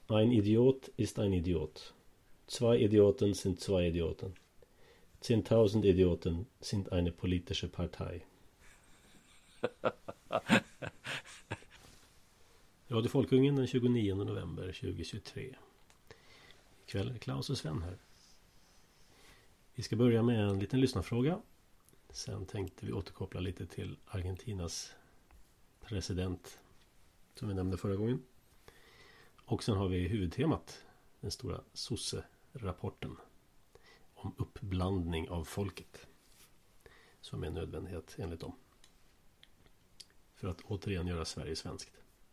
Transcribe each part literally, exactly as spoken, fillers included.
Ein Idiot ist ein Idiot. Zwei Idioten sind zwei Idioten. Zehntausend Idioten sind eine politische Partei. Radio Folkungen den tjugonionde november tjugohundratjugotre. Ikväll är Klaus och Sven här. Vi ska börja med en liten lyssnarfråga. Sen tänkte vi återkoppla lite till Argentinas president som vi nämnde förra gången. Och sen har vi huvudtemat, den stora sosse-rapporten om uppblandning av folket, som är en nödvändighet enligt dem för att återigen göra Sverige svenskt.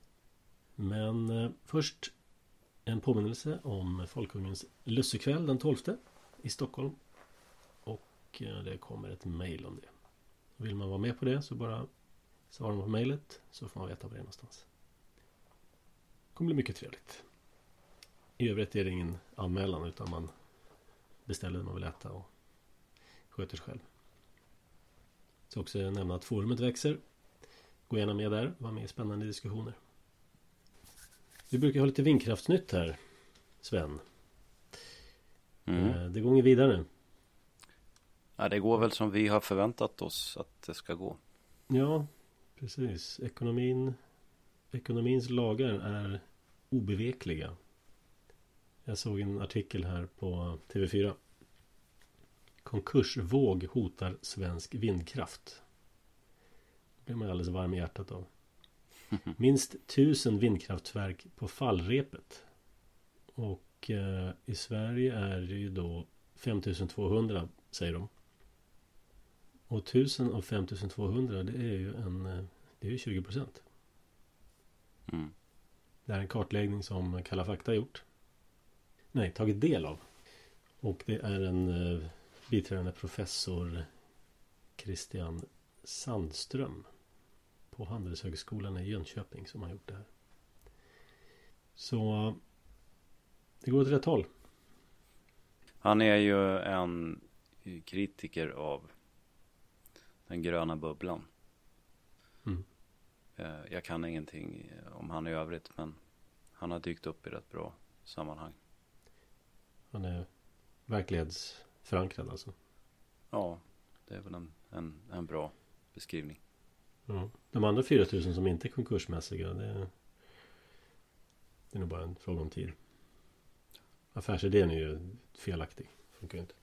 Men eh, först en påminnelse om Folkungens lussekväll den tolfte i Stockholm. Och eh, det kommer ett mejl om det. Vill man vara med på det så bara svara på mejlet, så får man veta var det är någonstans. Det kommer bli mycket trevligt. I övrigt är det ingen anmälan, utan man beställer det man vill äta och sköter sig själv. Så också nämna att forumet växer. Gå gärna med där, var med i spännande diskussioner. Vi brukar ha lite vindkraftsnytt här, Sven. Mm. Det går inget vidare. Ja, det går väl som vi har förväntat oss att det ska gå. Ja, precis. Ekonomin, ekonomins lagar är obevekliga. Jag såg en artikel här på T V fyra. Konkursvåg hotar svensk vindkraft. Det blir man alldeles varm i hjärtat av. Minst tusen vindkraftverk på fallrepet. Och eh, i Sverige är det ju då femtusentvåhundra, säger de. Och tusen av femtusentvåhundra, det är ju en, det är ju tjugo procent. Mm. Det är en kartläggning som Kalla fakta har gjort. Nej, tagit del av. Och det är en eh, biträdande professor, Christian Sandström, på Handelshögskolan i Jönköping, som har gjort det här. Så det går åt rätt håll. Han är ju en kritiker av den gröna bubblan. Mm. Jag kan ingenting om han i övrigt, men han har dykt upp i rätt bra sammanhang. Han är verklighetsförankrad alltså. Ja, det är väl en, en, en bra beskrivning. Ja. De andra fyra tusen som inte är konkursmässiga, det är, det är nog bara en fråga om tid. Affärsidén är ju felaktig. Funkar ju inte.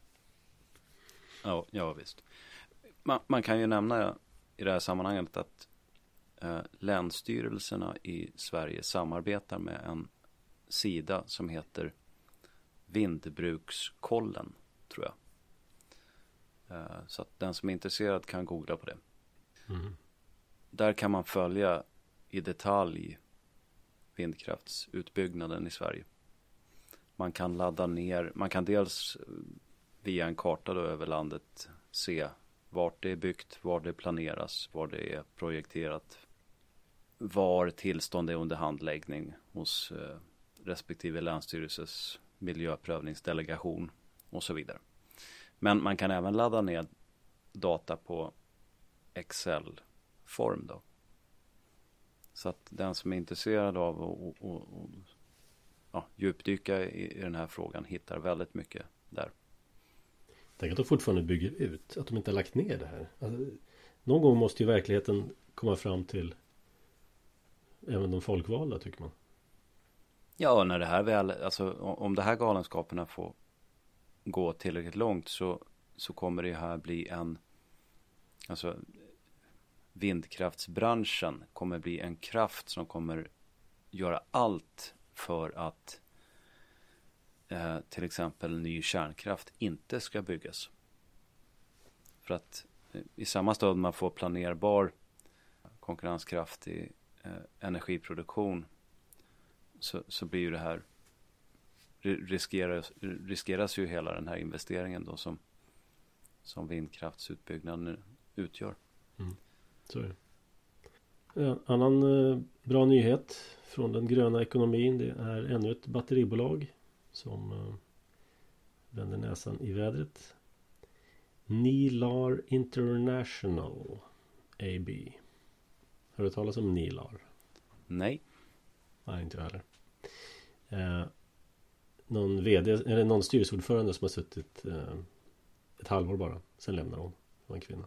Ja, ja visst. Man, man kan ju nämna i det här sammanhanget att eh, länsstyrelserna i Sverige samarbetar med en sida som heter Vindbrukskollen, tror jag. Eh, så att den som är intresserad kan googla på det. Mm. Där kan man följa i detalj vindkraftsutbyggnaden i Sverige. Man kan ladda ner, man kan dels via en karta då över landet se vart det är byggt, var det planeras, var det är projekterat, var tillstånd är under handläggning hos eh, respektive länsstyrelses miljöprövningsdelegation och så vidare. Men man kan även ladda ner data på Excel-form då. Så att den som är intresserad av att och, och, och, ja, djupdyka i, i den här frågan hittar väldigt mycket där. Tänk att de fortfarande bygger ut, att de inte har lagt ner det här. Alltså, någon gång måste ju verkligheten komma fram till även de folkvalda, tycker man. Ja, när det här väl, alltså om det här galenskaperna får gå tillräckligt långt så, så kommer det här bli en, alltså vindkraftsbranschen kommer bli en kraft som kommer göra allt för att eh, till exempel ny kärnkraft inte ska byggas. För att eh, i samma stund man får planerbar konkurrenskraftig eh, energiproduktion så, så blir ju det här riskeras, riskeras ju hela den här investeringen då som, som vindkraftsutbyggnaden utgör. Mm. Så är det. En annan eh, bra nyhet från den gröna ekonomin, det är ännu ett batteribolag som eh, vänder näsan i vädret. Nilar International A B. Har du talat om Nilar? Nej. Nej, inte jag heller. Eh, någon vd, eller någon styrelseordförande som har suttit eh, ett halvår bara. Sen lämnar hon. Det var en kvinna.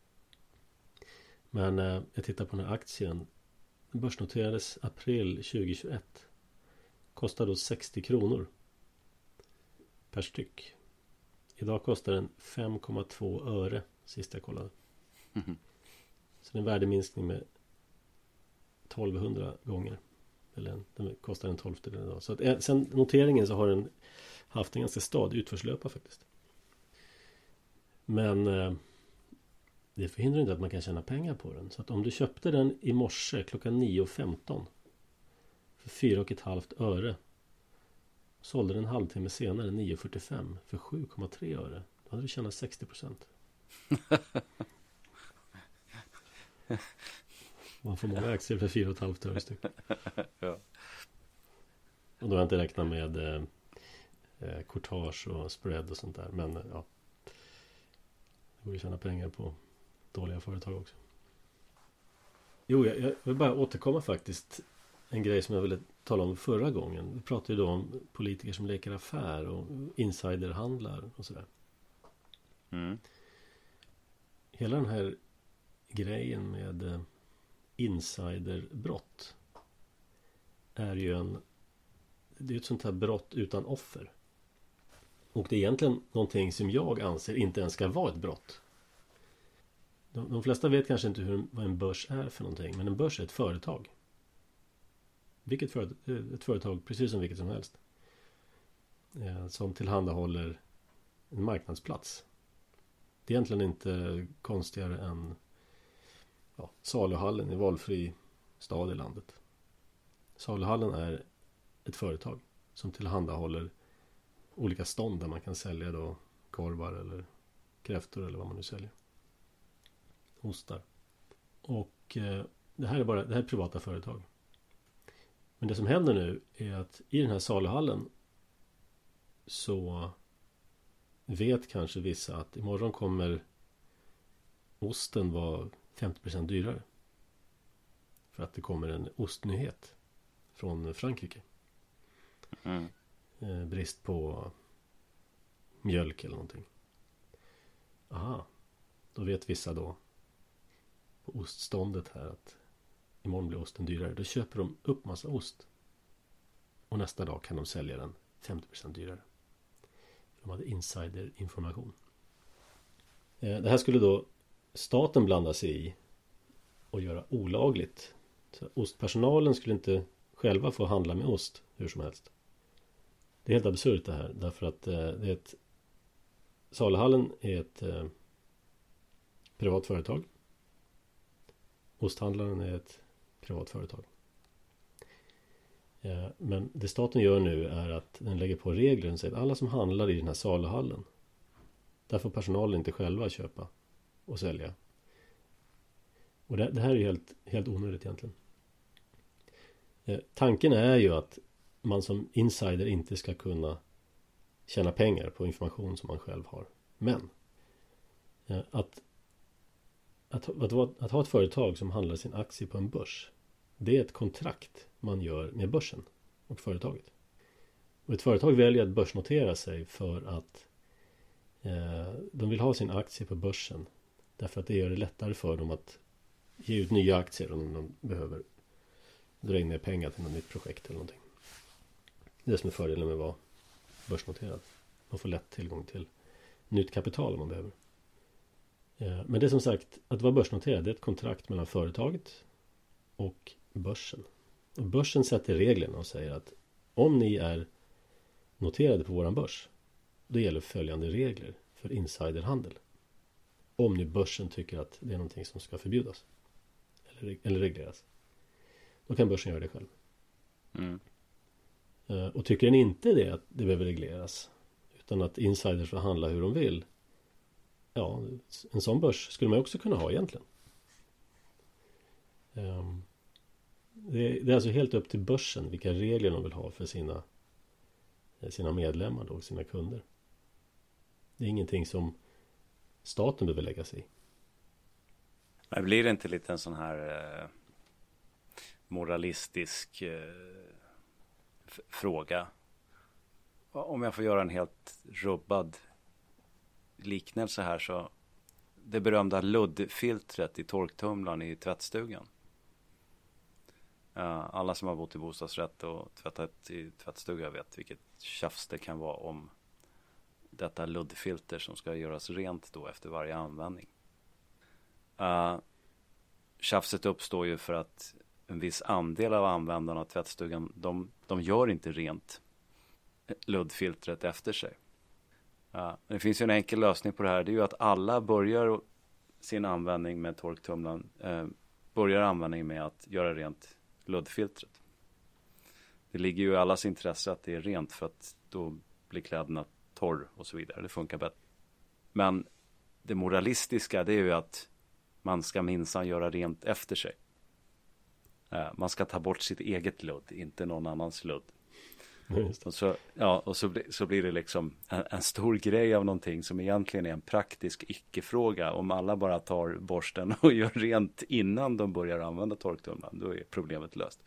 Men eh, jag tittar på den här aktien. Den börsnoterades april tjugohundratjugoett. Kostade då sextio kronor per styck. Idag kostar den fem komma två öre sist jag kollade. Mm. Så det är en värdeminskning med tolvhundra gånger. Eller den kostar en tolftedel idag. Så att, sen noteringen så har den haft en ganska stadig utförslöpa faktiskt. Men eh, det förhindrar inte att man kan tjäna pengar på den. Så att om du köpte den i morse klockan nio femton för fyra komma fem öre, sålde den en halvtimme senare nio fyrtiofem för sju komma tre öre. Då hade du tjänat sextio procent. Man får många aktier för fyra komma fem öre styck. Ja. Och då har jag inte räknat med eh, courtage och spread och sånt där. Men eh, ja, det går ju tjäna pengar på dåliga företag också. Jo, jag, jag vill bara återkomma faktiskt en grej som jag ville tala om förra gången. Vi pratade ju då om politiker som leker affär och insiderhandlar och sådär. Mm. Hela den här grejen med eh, insiderbrott är ju en det är ett sånt här brott utan offer. Och det är egentligen någonting som jag anser inte ens ska vara ett brott. De, de flesta vet kanske inte hur, vad en börs är för någonting. Men en börs är ett företag. Vilket företag? Ett företag precis som vilket som helst. Eh, som tillhandahåller en marknadsplats. Det är egentligen inte konstigare än ja, saluhallen i valfri stad i landet. Saluhallen är ett företag som tillhandahåller olika stånd där man kan sälja då korvar eller kräftor eller vad man nu säljer. Ostar. Och eh, det här är bara det här är privata företag. Men det som händer nu är att i den här saluhallen så vet kanske vissa att imorgon kommer osten vara femtio procent dyrare. För att det kommer en ostnyhet från Frankrike. Mm. Eh, brist på mjölk eller någonting. Aha. Då vet vissa då på ostståndet här att imorgon blir osten dyrare. Då köper de upp massa ost. Och nästa dag kan de sälja den femtio procent dyrare. De hade insiderinformation. Eh, det här skulle då staten blanda sig i och göra olagligt. Så ostpersonalen skulle inte själva få handla med ost hur som helst. Det är helt absurt det här. Därför att eh, det är ett saluhallen är ett eh, privat företag. Osthandlaren är ett privat företag. Eh, men det staten gör nu är att den lägger på regler och säger att alla som handlar i den här saluhallen, där får personalen inte själva köpa och sälja. Och det, det här är ju helt, helt onödigt egentligen. Eh, tanken är ju att man som insider inte ska kunna tjäna pengar på information som man själv har. Men eh, att, att, att, att, att ha ett företag som handlar sin aktie på en börs, det är ett kontrakt man gör med börsen och företaget. Och ett företag väljer att börsnotera sig för att eh, de vill ha sin aktie på börsen. Därför att det gör det lättare för dem att ge ut nya aktier om de behöver dra in mer pengar till något nytt projekt eller någonting. Det är det som är fördelen med att vara börsnoterad. Man får lätt tillgång till nytt kapital om man behöver. Eh, men det är som sagt, att vara börsnoterad, det är ett kontrakt mellan företaget och börsen. Och börsen sätter reglerna och säger att om ni är noterade på våran börs, då gäller följande regler för insiderhandel. Om nu börsen tycker att det är någonting som ska förbjudas eller, eller regleras, då kan börsen göra det själv. Mm. Och tycker den inte det, att det behöver regleras, utan att insiders får handla hur de vill, ja, en sån börs skulle man också kunna ha egentligen. Det är alltså helt upp till börsen vilka regler de vill ha för sina sina medlemmar och sina kunder. Det är ingenting som staten behöver lägga sig i. Men blir det inte lite en sån här eh, moralistisk eh, f- fråga. Om jag får göra en helt rubbad liknelse här, så det berömda luddfiltret i torktumlaren i tvättstugan. Uh, alla som har bott i bostadsrätt och tvättat i tvättstuga vet vilket tjafs det kan vara om detta luddfilter som ska göras rent då efter varje användning. Uh, tjafset uppstår ju för att en viss andel av användarna av tvättstugan, de, de gör inte rent luddfiltret efter sig. Uh, det finns ju en enkel lösning på det här. Det är ju att alla börjar sin användning med torktumlaren, uh, börjar användningen med att göra rent luddfiltret. Det ligger ju i allas intresse att det är rent, för att då blir kläderna torr och så vidare. Det funkar bättre. Men det moralistiska, det är ju att man ska minsann göra rent efter sig. Uh, man ska ta bort sitt eget ludd, inte någon annans ludd. Och så, ja, och så, bli, så blir det liksom en, en stor grej av någonting som egentligen är en praktisk icke-fråga. Om alla bara tar borsten och gör rent innan de börjar använda torktumlaren, då är problemet löst.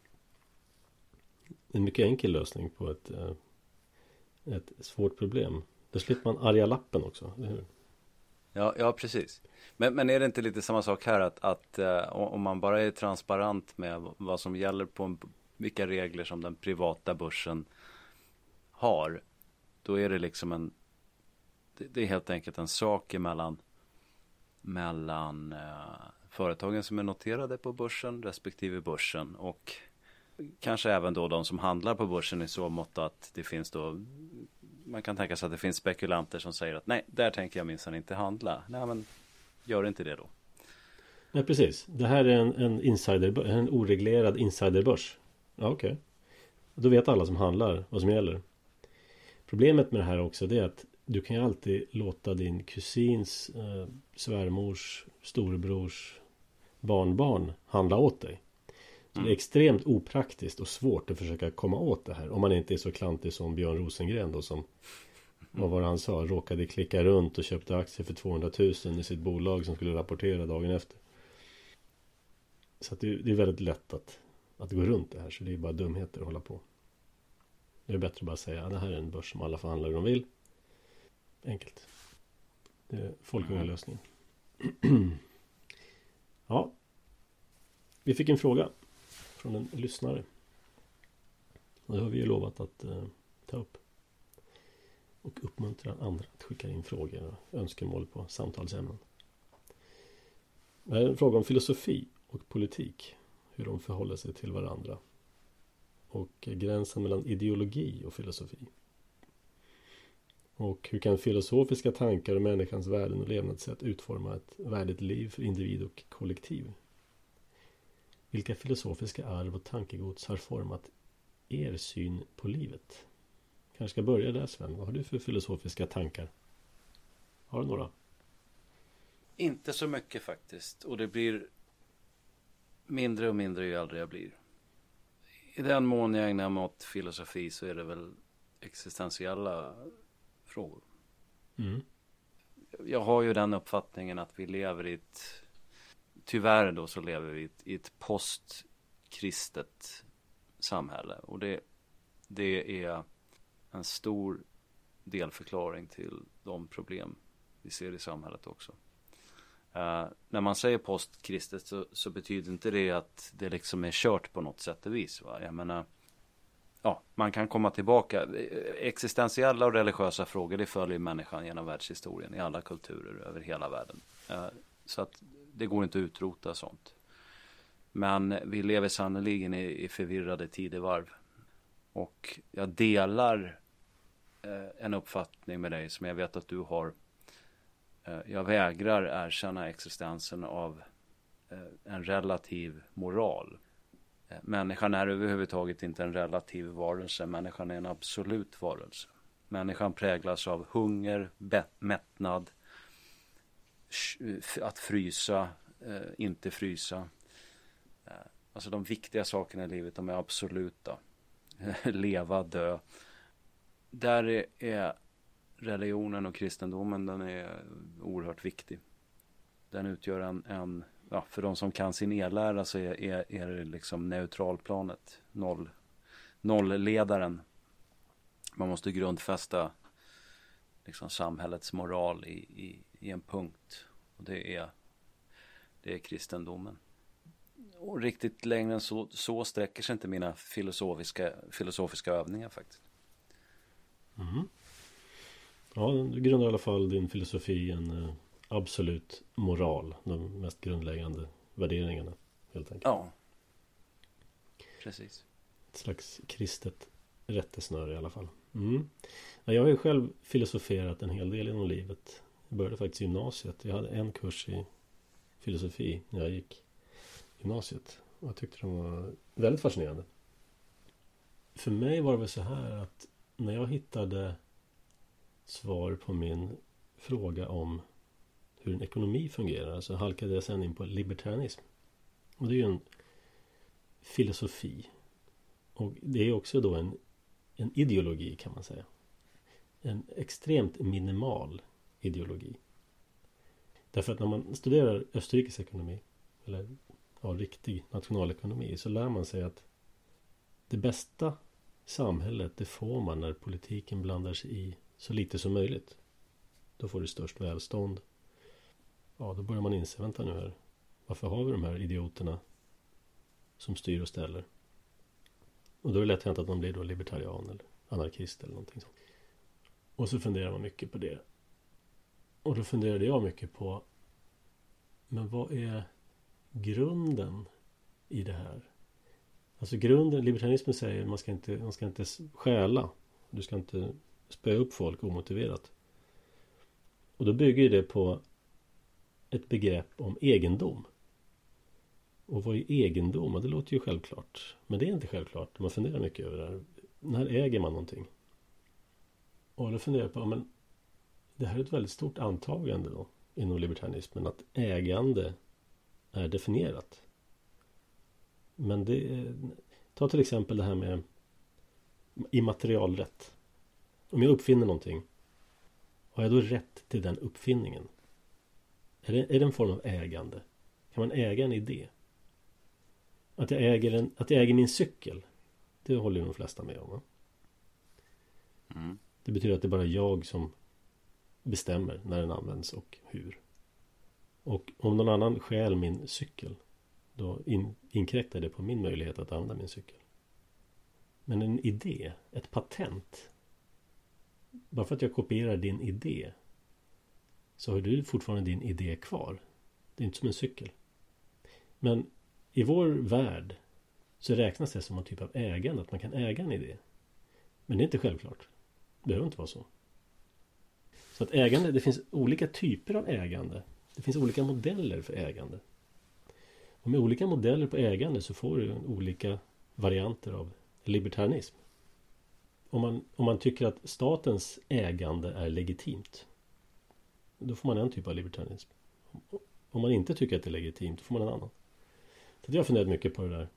En mycket enkel lösning på ett, ett svårt problem. Då slipper man arga lappen också, eller hur? Ja, ja precis. Men, men är det inte lite samma sak här att, att uh, om man bara är transparent med vad som gäller på en, vilka regler som den privata börsen har, då är det liksom en, det, det är helt enkelt en sak emellan mellan uh, företagen som är noterade på börsen respektive börsen, och kanske även då de som handlar på börsen i så mått att det finns då, man kan tänka sig att det finns spekulanter som säger att nej, där tänker jag minsann inte handla. Nej, men gör inte det då. Nej, precis. Det här är en, en insider, en oreglerad insiderbörs. Ja, okej. Okay. Då vet alla som handlar vad som gäller. Problemet med det här också, det är att du kan ju alltid låta din kusins, eh, svärmors, storebrors barnbarn handla åt dig. Så det är extremt opraktiskt och svårt att försöka komma åt det här. Om man inte är så klantig som Björn Rosengren då, som, vad var det han sa, råkade klicka runt och köpte aktier för tvåhundratusen i sitt bolag som skulle rapportera dagen efter. Så att det, det är väldigt lätt att, att gå runt det här. Så det är bara dumheter att hålla på. Det är bättre att bara säga att det här är en börs som alla förhandlar hur de vill. Enkelt. Det är folkungarlösningen. Ja. Vi fick en fråga från en lyssnare. Och det har vi ju lovat att eh, ta upp. Och uppmuntra andra att skicka in frågor och önskemål på samtalsämnen. Det är en fråga om filosofi och politik. Hur de förhåller sig till varandra. Och gränsen mellan ideologi och filosofi. Och hur kan filosofiska tankar om människans värden och levnadssätt utforma ett värdigt liv för individ och kollektiv? Vilka filosofiska arv och tankegods har format er syn på livet? Kanske ska börja där, Sven. Vad har du för filosofiska tankar? Har du några? Inte så mycket faktiskt. Och det blir mindre och mindre ju äldre jag blir. I den mån jag ägnar mig åt filosofi så är det väl existentiella frågor. Mm. Jag har ju den uppfattningen att vi lever i ett, tyvärr då så lever vi i ett, i ett postkristet samhälle. Och det, det är en stor delförklaring till de problem vi ser i samhället också. Uh, när man säger postkristet så, så betyder inte det att det liksom är kört på något sätt och vis. Va? Jag menar, ja, man kan komma tillbaka. Existentiella och religiösa frågor, det följer människan genom världshistorien i alla kulturer över hela världen. Uh, så att det går inte att utrota sånt. Men vi lever sannoliken i, i förvirrade tidevarv. Och jag delar uh, en uppfattning med dig som jag vet att du har. Jag vägrar erkänna existensen av en relativ moral. Människan är överhuvudtaget inte en relativ varelse. Människan är en absolut varelse. Människan präglas av hunger, mättnad, att frysa, inte frysa. Alltså de viktiga sakerna i livet, de är absoluta. Leva, dö. Där är religionen och kristendomen, den är oerhört viktig. Den utgör en, en ja, för de som kan sin ellära så är, är, är det liksom neutralplanet, noll, nollledaren. Man måste grundfästa liksom samhällets moral i, i, i en punkt. Och det är, det är kristendomen. Och riktigt längre än så, så sträcker sig inte mina filosofiska, filosofiska övningar faktiskt. Mm. Ja, du grundar i alla fall din filosofi i en eh, absolut moral. De mest grundläggande värderingarna, helt enkelt. Ja, precis. Ett slags kristet rättesnöre i alla fall. Mm. Ja, jag har ju själv filosoferat en hel del inom livet. Jag började faktiskt i gymnasiet. Jag hade en kurs i filosofi när jag gick gymnasiet. Och jag tyckte de var väldigt fascinerande. För mig var det väl så här att när jag hittade svar på min fråga om hur en ekonomi fungerar så halkade jag sen in på libertarianism. Och det är ju en filosofi. Och det är också då en, en ideologi kan man säga. En extremt minimal ideologi. Därför att när man studerar Österrikes ekonomi eller ja, riktig nationalekonomi så lär man sig att det bästa samhället det får man när politiken blandar sig i så lite som möjligt. Då får du störst välstånd. Ja, då börjar man inse, vänta nu här. Varför har vi de här idioterna som styr och ställer? Och då är det lätt hänt att man blir då libertarian eller anarkist eller någonting sånt. Och så funderar man mycket på det. Och då funderade jag mycket på men vad är grunden i det här? Alltså grunden, libertarianismen säger man ska inte, man ska inte stjäla. Du ska inte spöa upp folk omotiverat. Och då bygger det på ett begrepp om egendom. Och vad är egendom? Och det låter ju självklart. Men det är inte självklart. Man funderar mycket över det här. När äger man någonting? Och då funderar jag på, men det här är ett väldigt stort antagande då inom libertarianismen att ägande är definierat. Men det ta till exempel det här med immaterialrätt. Om jag uppfinner någonting, har jag då rätt till den uppfinningen? Är det, är det en form av ägande? Kan man äga en idé? Att jag äger, en, att jag äger min cykel, det håller de flesta med om. Va? Mm. Det betyder att det är bara jag som bestämmer när den används och hur. Och om någon annan stjäl min cykel, då in, inkräktar det på min möjlighet att använda min cykel. Men en idé, ett patent, bara för att jag kopierar din idé så har du fortfarande din idé kvar. Det är inte som en cykel. Men i vår värld så räknas det som en typ av ägande, att man kan äga en idé. Men det är inte självklart. Det behöver inte vara så. Så att ägande, det finns olika typer av ägande. Det finns olika modeller för ägande. Och med olika modeller på ägande så får du olika varianter av libertarianism. Om man, om man tycker att statens ägande är legitimt, då får man en typ av libertarianism. Om man inte tycker att det är legitimt, då får man en annan. Så jag har funderat mycket på det där.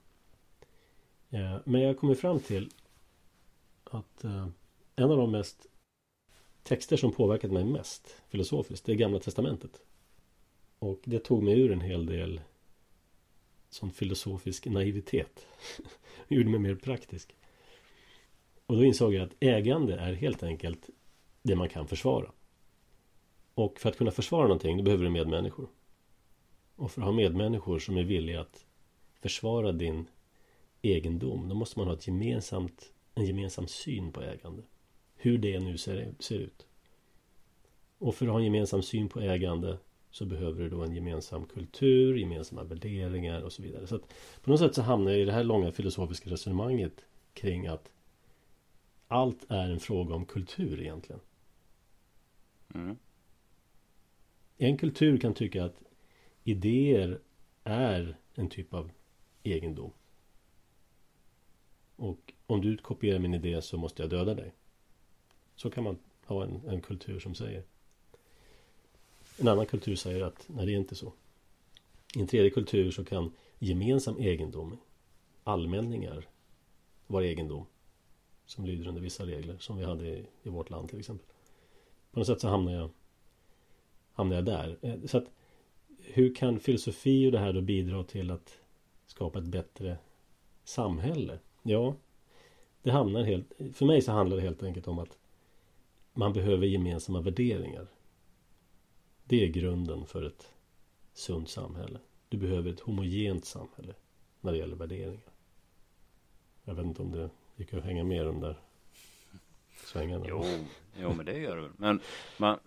Ja, men jag kommer fram till att eh, en av de mest texter som påverkat mig mest filosofiskt, det är Gamla testamentet. Och det tog mig ur en hel del sån filosofisk naivitet. Det gjorde mig mer praktisk. Och då insåg jag att ägande är helt enkelt det man kan försvara. Och för att kunna försvara någonting, då behöver du medmänniskor. Och för att ha medmänniskor som är villiga att försvara din egendom, då måste man ha ett gemensamt, en gemensam syn på ägande. Hur det nu ser, ser ut. Och för att ha en gemensam syn på ägande så behöver du då en gemensam kultur, gemensamma värderingar och så vidare. Så att på något sätt så hamnar jag i det här långa filosofiska resonemanget kring att allt är en fråga om kultur egentligen. Mm. En kultur kan tycka att idéer är en typ av egendom. Och om du kopierar min idé så måste jag döda dig. Så kan man ha en, en kultur som säger. En annan kultur säger att nej, det är inte så. I en tredje kultur så kan gemensam egendom, allmänningar, vara egendom. Som lyder under vissa regler som vi hade i, i vårt land till exempel. På något sätt så hamnar jag, hamnar jag där. Så att hur kan filosofi och det här då bidra till att skapa ett bättre samhälle? Ja, det hamnar helt, för mig så handlar det helt enkelt om att man behöver gemensamma värderingar. Det är grunden för ett sunt samhälle. Du behöver ett homogent samhälle när det gäller värderingar. Jag vet inte om det gick att hänga med de där svängarna. Jo, jo men det gör det. Men man,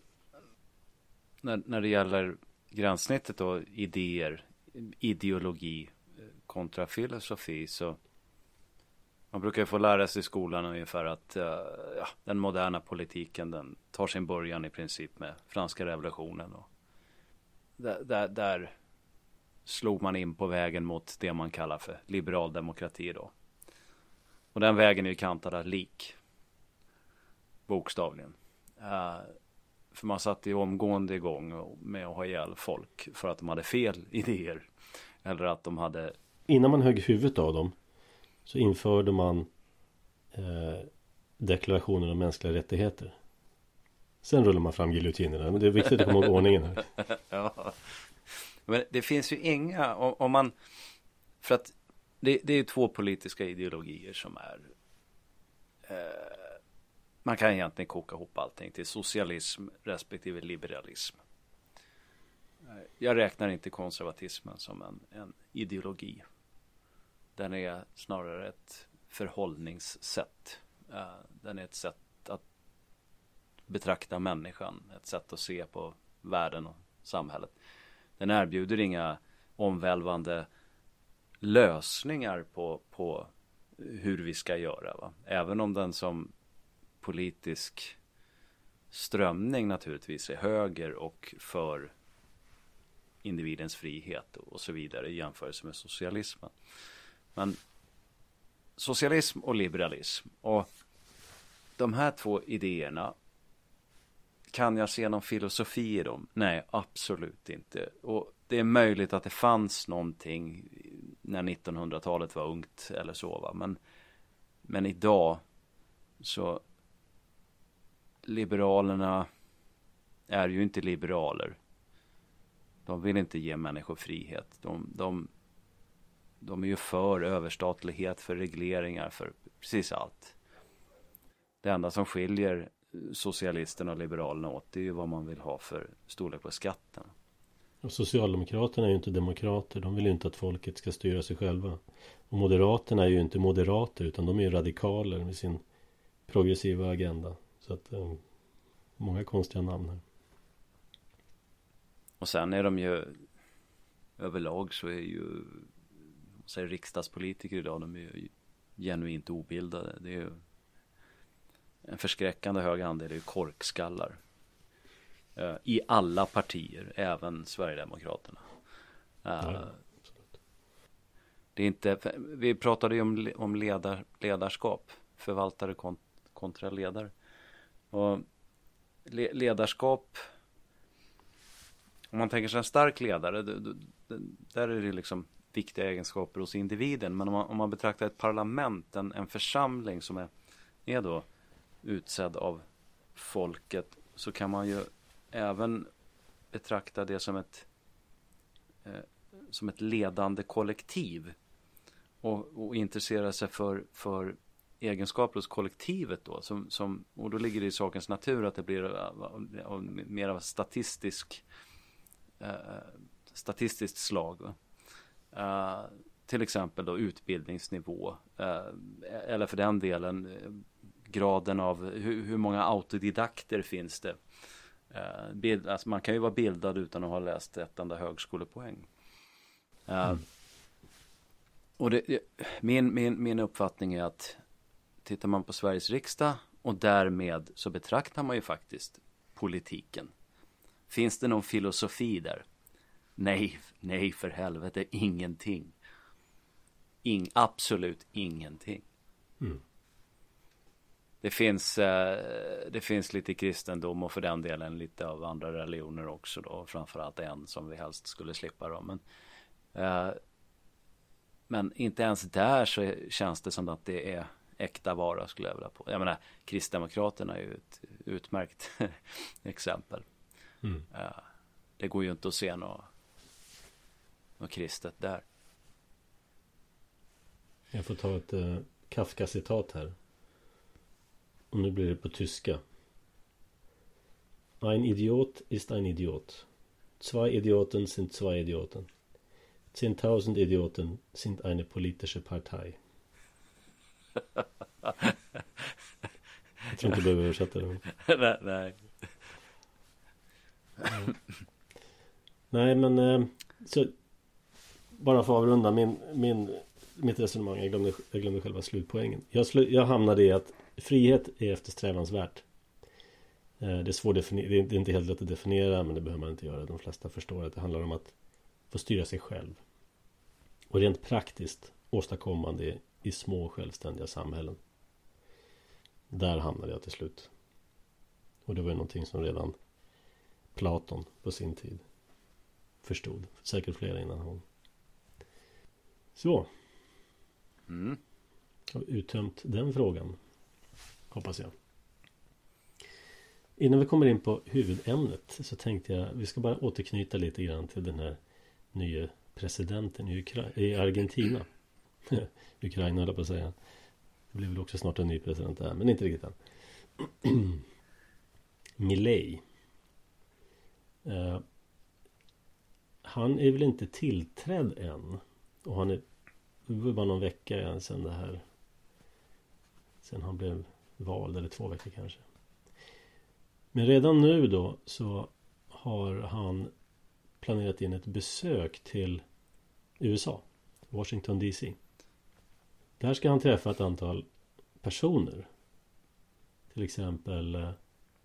när, när det gäller gränssnittet då, idéer, ideologi kontra filosofi, så man brukar få lära sig i skolan ungefär att uh, ja, den moderna politiken, den tar sin början i princip med franska revolutionen. Och där, där, där slog man in på vägen mot det man kallar för liberal demokrati då. Och den vägen är ju kantad av lik. Bokstavligen. Uh, för man satte ju omgående igång med att ha ihjäl folk för att de hade fel idéer. Eller att de hade... Innan man högg huvudet av dem så införde man eh, deklarationen om mänskliga rättigheter. Sen rullar man fram giljotinerna. Men det är viktigt att komma ihåg ordningen här. Ja. Men det finns ju inga, om, om man, för att det, det är ju två politiska ideologier som är, eh, man kan egentligen koka ihop allting till socialism respektive liberalism. Jag räknar inte konservatismen som en, en ideologi. Den är snarare ett förhållningssätt. Uh, den är ett sätt att betrakta människan, ett sätt att se på världen och samhället. Den erbjuder inga omvälvande lösningar på, på hur vi ska göra. Va? Även om den som politisk strömning naturligtvis är höger och för individens frihet och så vidare i jämförelse med socialismen. Men socialism och liberalism, och de här två idéerna, kan jag se någon filosofi i dem? Nej, absolut inte. Och det är möjligt att det fanns någonting när nittonhundratalet var ungt eller så, va? Men, men idag så liberalerna är ju inte liberaler. De vill inte ge människor frihet. De, de, de är ju för överstatlighet, för regleringar, för precis allt. Det enda som skiljer socialisterna och liberalerna åt, det är ju vad man vill ha för storlek på skatten. Och Socialdemokraterna är ju inte demokrater. De vill ju inte att folket ska styra sig själva. Och Moderaterna är ju inte moderater, utan de är ju radikaler med sin progressiva agenda. Så att eh, många konstiga namn här. Och sen är de ju överlag så är ju säger riksdagspolitiker idag, de är ju genuint obildade. Det är ju en förskräckande hög andel är ju korkskallar. Uh, I alla partier, även Sverigedemokraterna. Uh, ja, det är inte, vi pratade ju om, om ledar, ledarskap, förvaltare kont, kontra ledare. Och le, ledarskap, om man tänker sig en stark ledare, det, det, det, där är det liksom viktiga egenskaper hos individen. Men om man, om man betraktar ett parlament, en, en församling som är, är då utsedd av folket, så kan man ju även betrakta det som ett eh, som ett ledande kollektiv och, och intressera sig för, för egenskaper hos kollektivet då, som, som, och då ligger det i sakens natur att det blir av, av, av, mer av statistisk eh, statistiskt slag. Uh, till exempel då utbildningsnivå uh, eller för den delen uh, graden av hur, hur många autodidakter finns det. Uh, bild, alltså man kan ju vara bildad utan att ha läst ett enda högskolepoäng. Uh, mm. Och det, min, min, min uppfattning är att tittar man på Sveriges riksdag och därmed så betraktar man ju faktiskt politiken. Finns det någon filosofi där? Nej, nej för helvete, ingenting. In, absolut ingenting. Mm. Det finns eh, det finns lite kristendom och för den delen lite av andra religioner också då, framförallt en som vi helst skulle slippa då, men eh, men inte ens där så känns det som att det är äkta vara, skulle jag vilja på. Jag menar, Kristdemokraterna är ju ett utmärkt exempel. Mm. Eh, det går ju inte att se något och kristet där. Jag får ta ett eh, Kafka-citat här. Och nu blir det på tyska. Ein Idiot ist ein Idiot. Zwei Idioten sind zwei Idioten. Zehntausend Idioten sind eine politische Partei. Jag tror inte du behöver översätta det. nej, nej. Nej, men eh, så bara för att avrunda min, min, mitt resonemang. Jag glömde, jag glömde själva slutpoängen. Jag, slu, jag hamnade i att frihet är eftersträvansvärt. Eh, det är svårt att definiera, det är inte helt lätt att definiera, men det behöver man inte göra. De flesta förstår att det handlar om att få styra sig själv. Och rent praktiskt åstadkomma det i små självständiga samhällen. Där hamnade jag till slut. Och det var ju någonting som redan Platon på sin tid förstod. Säkert flera innan hon. Så. Mm. Jag har uttömt den frågan. Hoppas jag. Innan vi kommer in på huvudämnet så tänkte jag vi ska bara återknyta lite grann till den här nya presidenten i, Ukra- i Argentina. Ukraina höll jag på att säga. Det blir väl också snart en ny president där, men inte riktigt än. Milei. Uh, han är väl inte tillträdd än. Och han är det var bara någon vecka sedan det här. Sen han blev vald, eller två veckor kanske. Men redan nu då så har han planerat in ett besök till U S A, Washington D C. Där ska han träffa ett antal personer. Till exempel eh,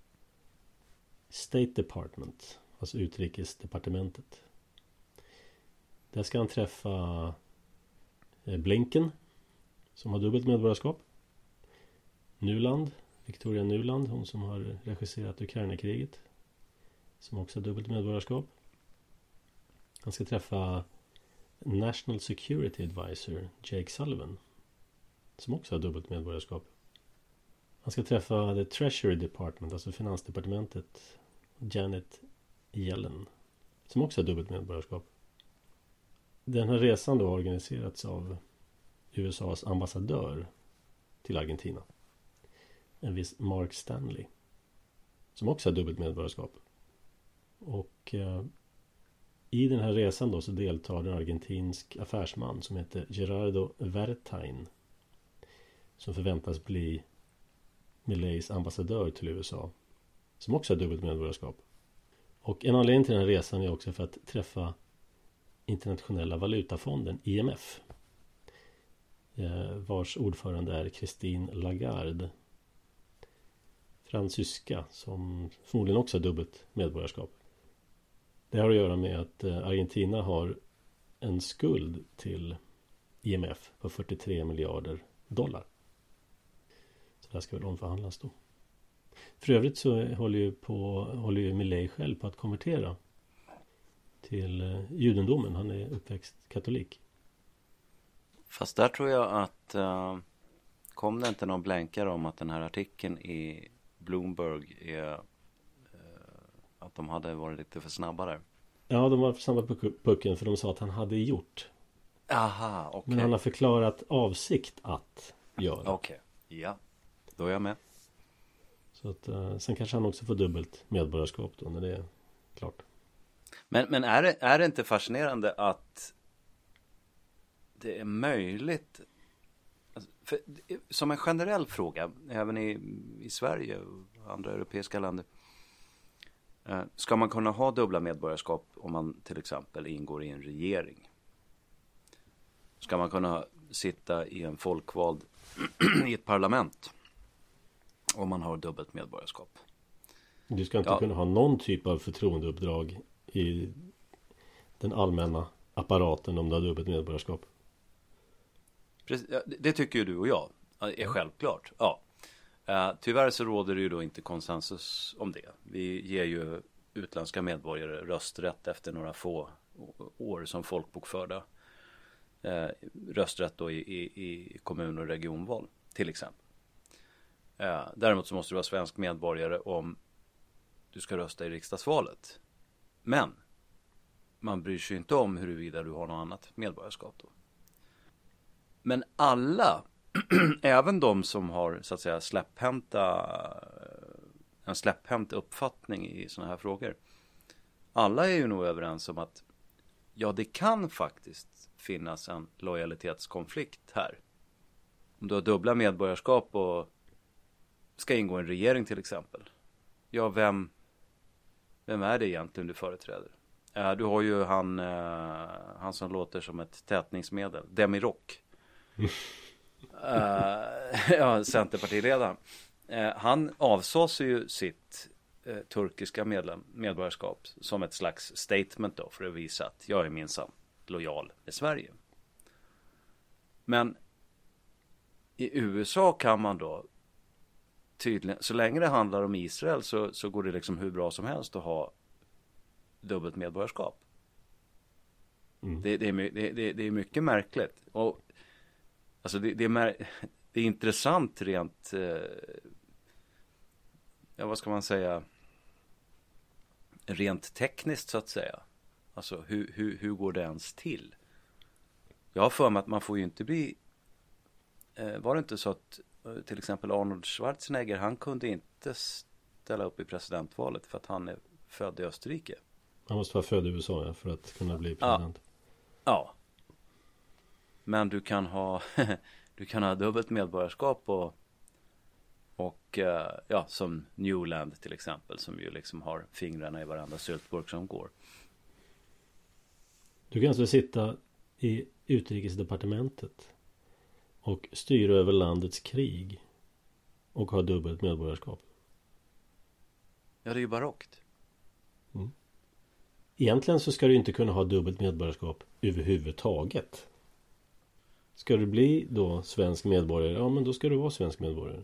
State Department, alltså utrikesdepartementet. Där ska han träffa eh, Blinken, som har dubbelt medborgarskap. Nuland, Victoria Nuland, hon som har regisserat Ukraina-kriget, som också har dubbelt medborgarskap. Han ska träffa National Security Advisor Jake Sullivan, som också har dubbelt medborgarskap. Han ska träffa The Treasury Department, alltså finansdepartementet, Janet Yellen, som också har dubbelt medborgarskap. Den här resan då har organiserats av U S A:s ambassadör till Argentina, en viss Mark Stanley, som också har dubbelt medborgarskap. Och eh, i den här resan då så deltar en argentinsk affärsman som heter Gerardo Vertain, som förväntas bli Mileis ambassadör till U S A, som också har dubbelt medborgarskap. Och en anledning till den här resan är också för att träffa Internationella valutafonden I M F, vars ordförande är Christine Lagarde, fransyska, som förmodligen också har dubbelt medborgarskap. Det har att göra med att Argentina har en skuld till I M F på fyrtiotre miljarder dollar. Så det ska väl omförhandlas då. För övrigt så håller ju, på, håller ju Milei själv på att konvertera till judendomen. Han är uppväxt katolik. Fast där tror jag att uh, kom det inte någon blänkare om att den här artikeln i Bloomberg är uh, att de hade varit lite för snabba där. Ja, de var för snabba på pucken för de sa att han hade gjort. Aha, okej. Okay. Men han har förklarat avsikt att göra. Okej, okay. Ja. Då är jag med. Så att, uh, sen kanske han också får dubbelt medborgarskap då när det är klart. Men, men är, det, är det inte fascinerande att det är möjligt, alltså, för, som en generell fråga, även i, i Sverige och andra europeiska länder, eh, ska man kunna ha dubbla medborgarskap om man till exempel ingår i en regering? Ska man kunna sitta i en folkvald i ett parlament om man har dubbelt medborgarskap? Du ska inte ja. kunna ha någon typ av förtroendeuppdrag i den allmänna apparaten om du har dubbelt medborgarskap. Precis, det tycker ju du och jag är självklart. Ja. Uh, tyvärr så råder det ju då inte konsensus om det. Vi ger ju utländska medborgare rösträtt efter några få år som folkbokförda. Uh, rösträtt då i, i, i kommun- och regionval till exempel. Uh, däremot så måste du vara svensk medborgare om du ska rösta i riksdagsvalet. Men man bryr sig inte om huruvida du har något annat medborgarskap då. Men alla även de som har så att säga släpphänta, en släpphänt uppfattning i sådana här frågor. Alla är ju nog överens om att ja, det kan faktiskt finnas en lojalitetskonflikt här. Om du har dubbla medborgarskap och ska ingå i en regering till exempel. Ja, vem, vem är det egentligen du företräder? Uh, du har ju han, uh, han som låter som ett tätningsmedel, Demirok. uh, ja, Centerpartiledaren. Uh, han avsåg ju sitt uh, turkiska medlem, medborgarskap som ett slags statement då, för att visa att jag är minsann lojal med Sverige. Men i U S A kan man då tydligen, så länge det handlar om Israel så, så går det liksom hur bra som helst att ha dubbelt medborgarskap. Mm. Det, det, är, det, det är mycket märkligt. Och alltså det, det, är, mär, det är intressant rent eh, ja, vad ska man säga, rent tekniskt så att säga. Alltså hur, hur, hur går det ens till? Jag har för mig att man får ju inte bli eh, var det inte så att eh, till exempel Arnold Schwarzenegger, han kunde inte ställa upp i presidentvalet för att han är född i Österrike. Han måste vara född i U S A, ja, för att kunna bli president. Ja. ja. Men du kan ha du kan ha dubbelt medborgarskap och och ja, som Newland till exempel, som ju liksom har fingrarna i varandra syltburk som går. Du kan alltså sitta i utrikesdepartementet och styra över landets krig och ha dubbelt medborgarskap. Ja, det är ju barockt. Mm. Egentligen så ska du inte kunna ha dubbelt medborgarskap överhuvudtaget. Ska du bli då svensk medborgare, ja men då ska du vara svensk medborgare.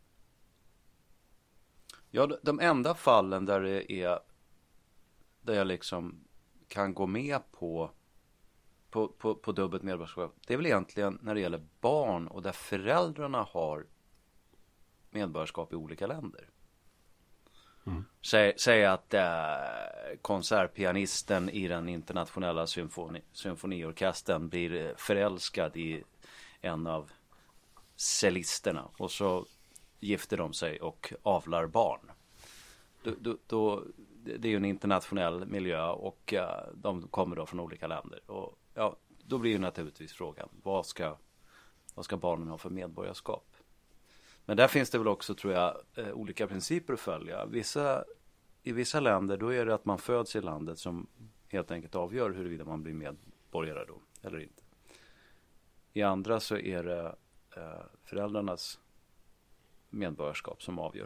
Ja, de enda fallen där det är där jag liksom kan gå med på på, på, på dubbelt medborgarskap, det är väl egentligen när det gäller barn och där föräldrarna har medborgarskap i olika länder. Mm. Säg, säg att eh, konsertpianisten i den internationella symfoni, symfoniorkestern blir förälskad i en av cellisterna och så gifter de sig och avlar barn. Då, då, då, det är ju en internationell miljö och uh, de kommer då från olika länder. Och ja, då blir ju naturligtvis frågan, vad ska, vad ska barnen ha för medborgarskap? Men där finns det väl också, tror jag, eh, olika principer att följa. Vissa, i vissa länder då är det att man föds i landet som helt enkelt avgör huruvida man blir medborgare då eller inte. I andra så är det eh, föräldrarnas medborgarskap som avgör.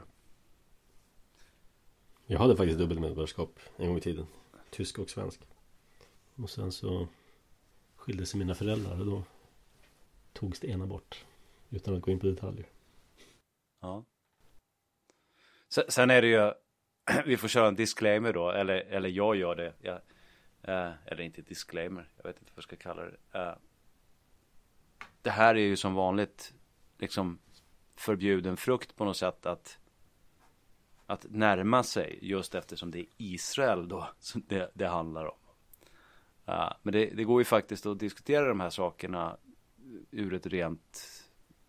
Jag hade faktiskt dubbelt medborgarskap en gång i tiden. Tysk och svensk. Och sen så skilde sig mina föräldrar och då togs det ena bort. Utan att gå in på detaljer. Ja. Sen är det ju, vi får köra en disclaimer då, eller, eller jag gör det. Jag, eh, eller inte disclaimer, jag vet inte vad jag ska kalla det. Eh, det här är ju som vanligt liksom förbjuden frukt på något sätt att att närma sig, just eftersom det är Israel då som det, det handlar om. Uh, men det, det går ju faktiskt att diskutera de här sakerna ur ett rent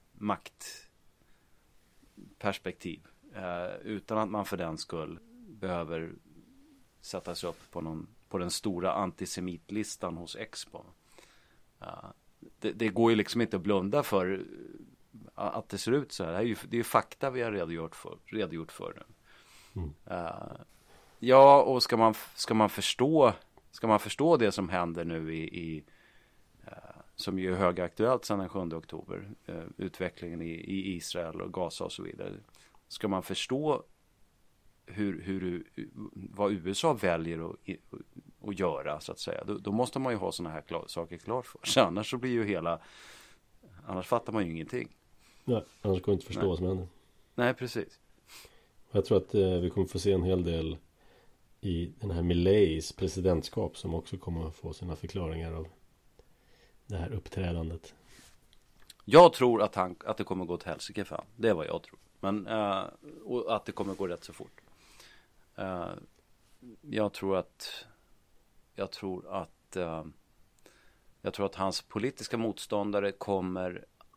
maktperspektiv. Uh, utan att man för den skull behöver sätta sig upp på, någon, på den stora antisemitlistan hos Expo. Uh, det, det går ju liksom inte att blunda för att det ser ut så här. Det är ju, det är ju fakta vi har redogjort för, redogjort för nu. Mm. Uh, ja, och ska man, ska man förstå ska man förstå det som händer nu i, i uh, som ju är högaktuellt sedan den sjunde oktober, uh, utvecklingen i, i Israel och Gaza och så vidare. Ska man förstå hur, hur, vad U S A väljer att, att göra så att säga, då, då måste man ju ha såna här klar, saker klart för sig. Annars så blir ju hela annars fattar man ju ingenting. Nej, annars går det inte förstå Nej. vad som händer. Nej, precis. Jag tror att eh, vi kommer få se en hel del i den här Millets presidentskap som också kommer att få sina förklaringar av det här uppträdandet. Jag tror att, han, att det kommer gå till helsike fan. Det är vad jag tror. Men, uh, och att det kommer gå rätt så fort. Uh, jag tror att jag tror att uh, jag tror att hans politiska motståndare kommer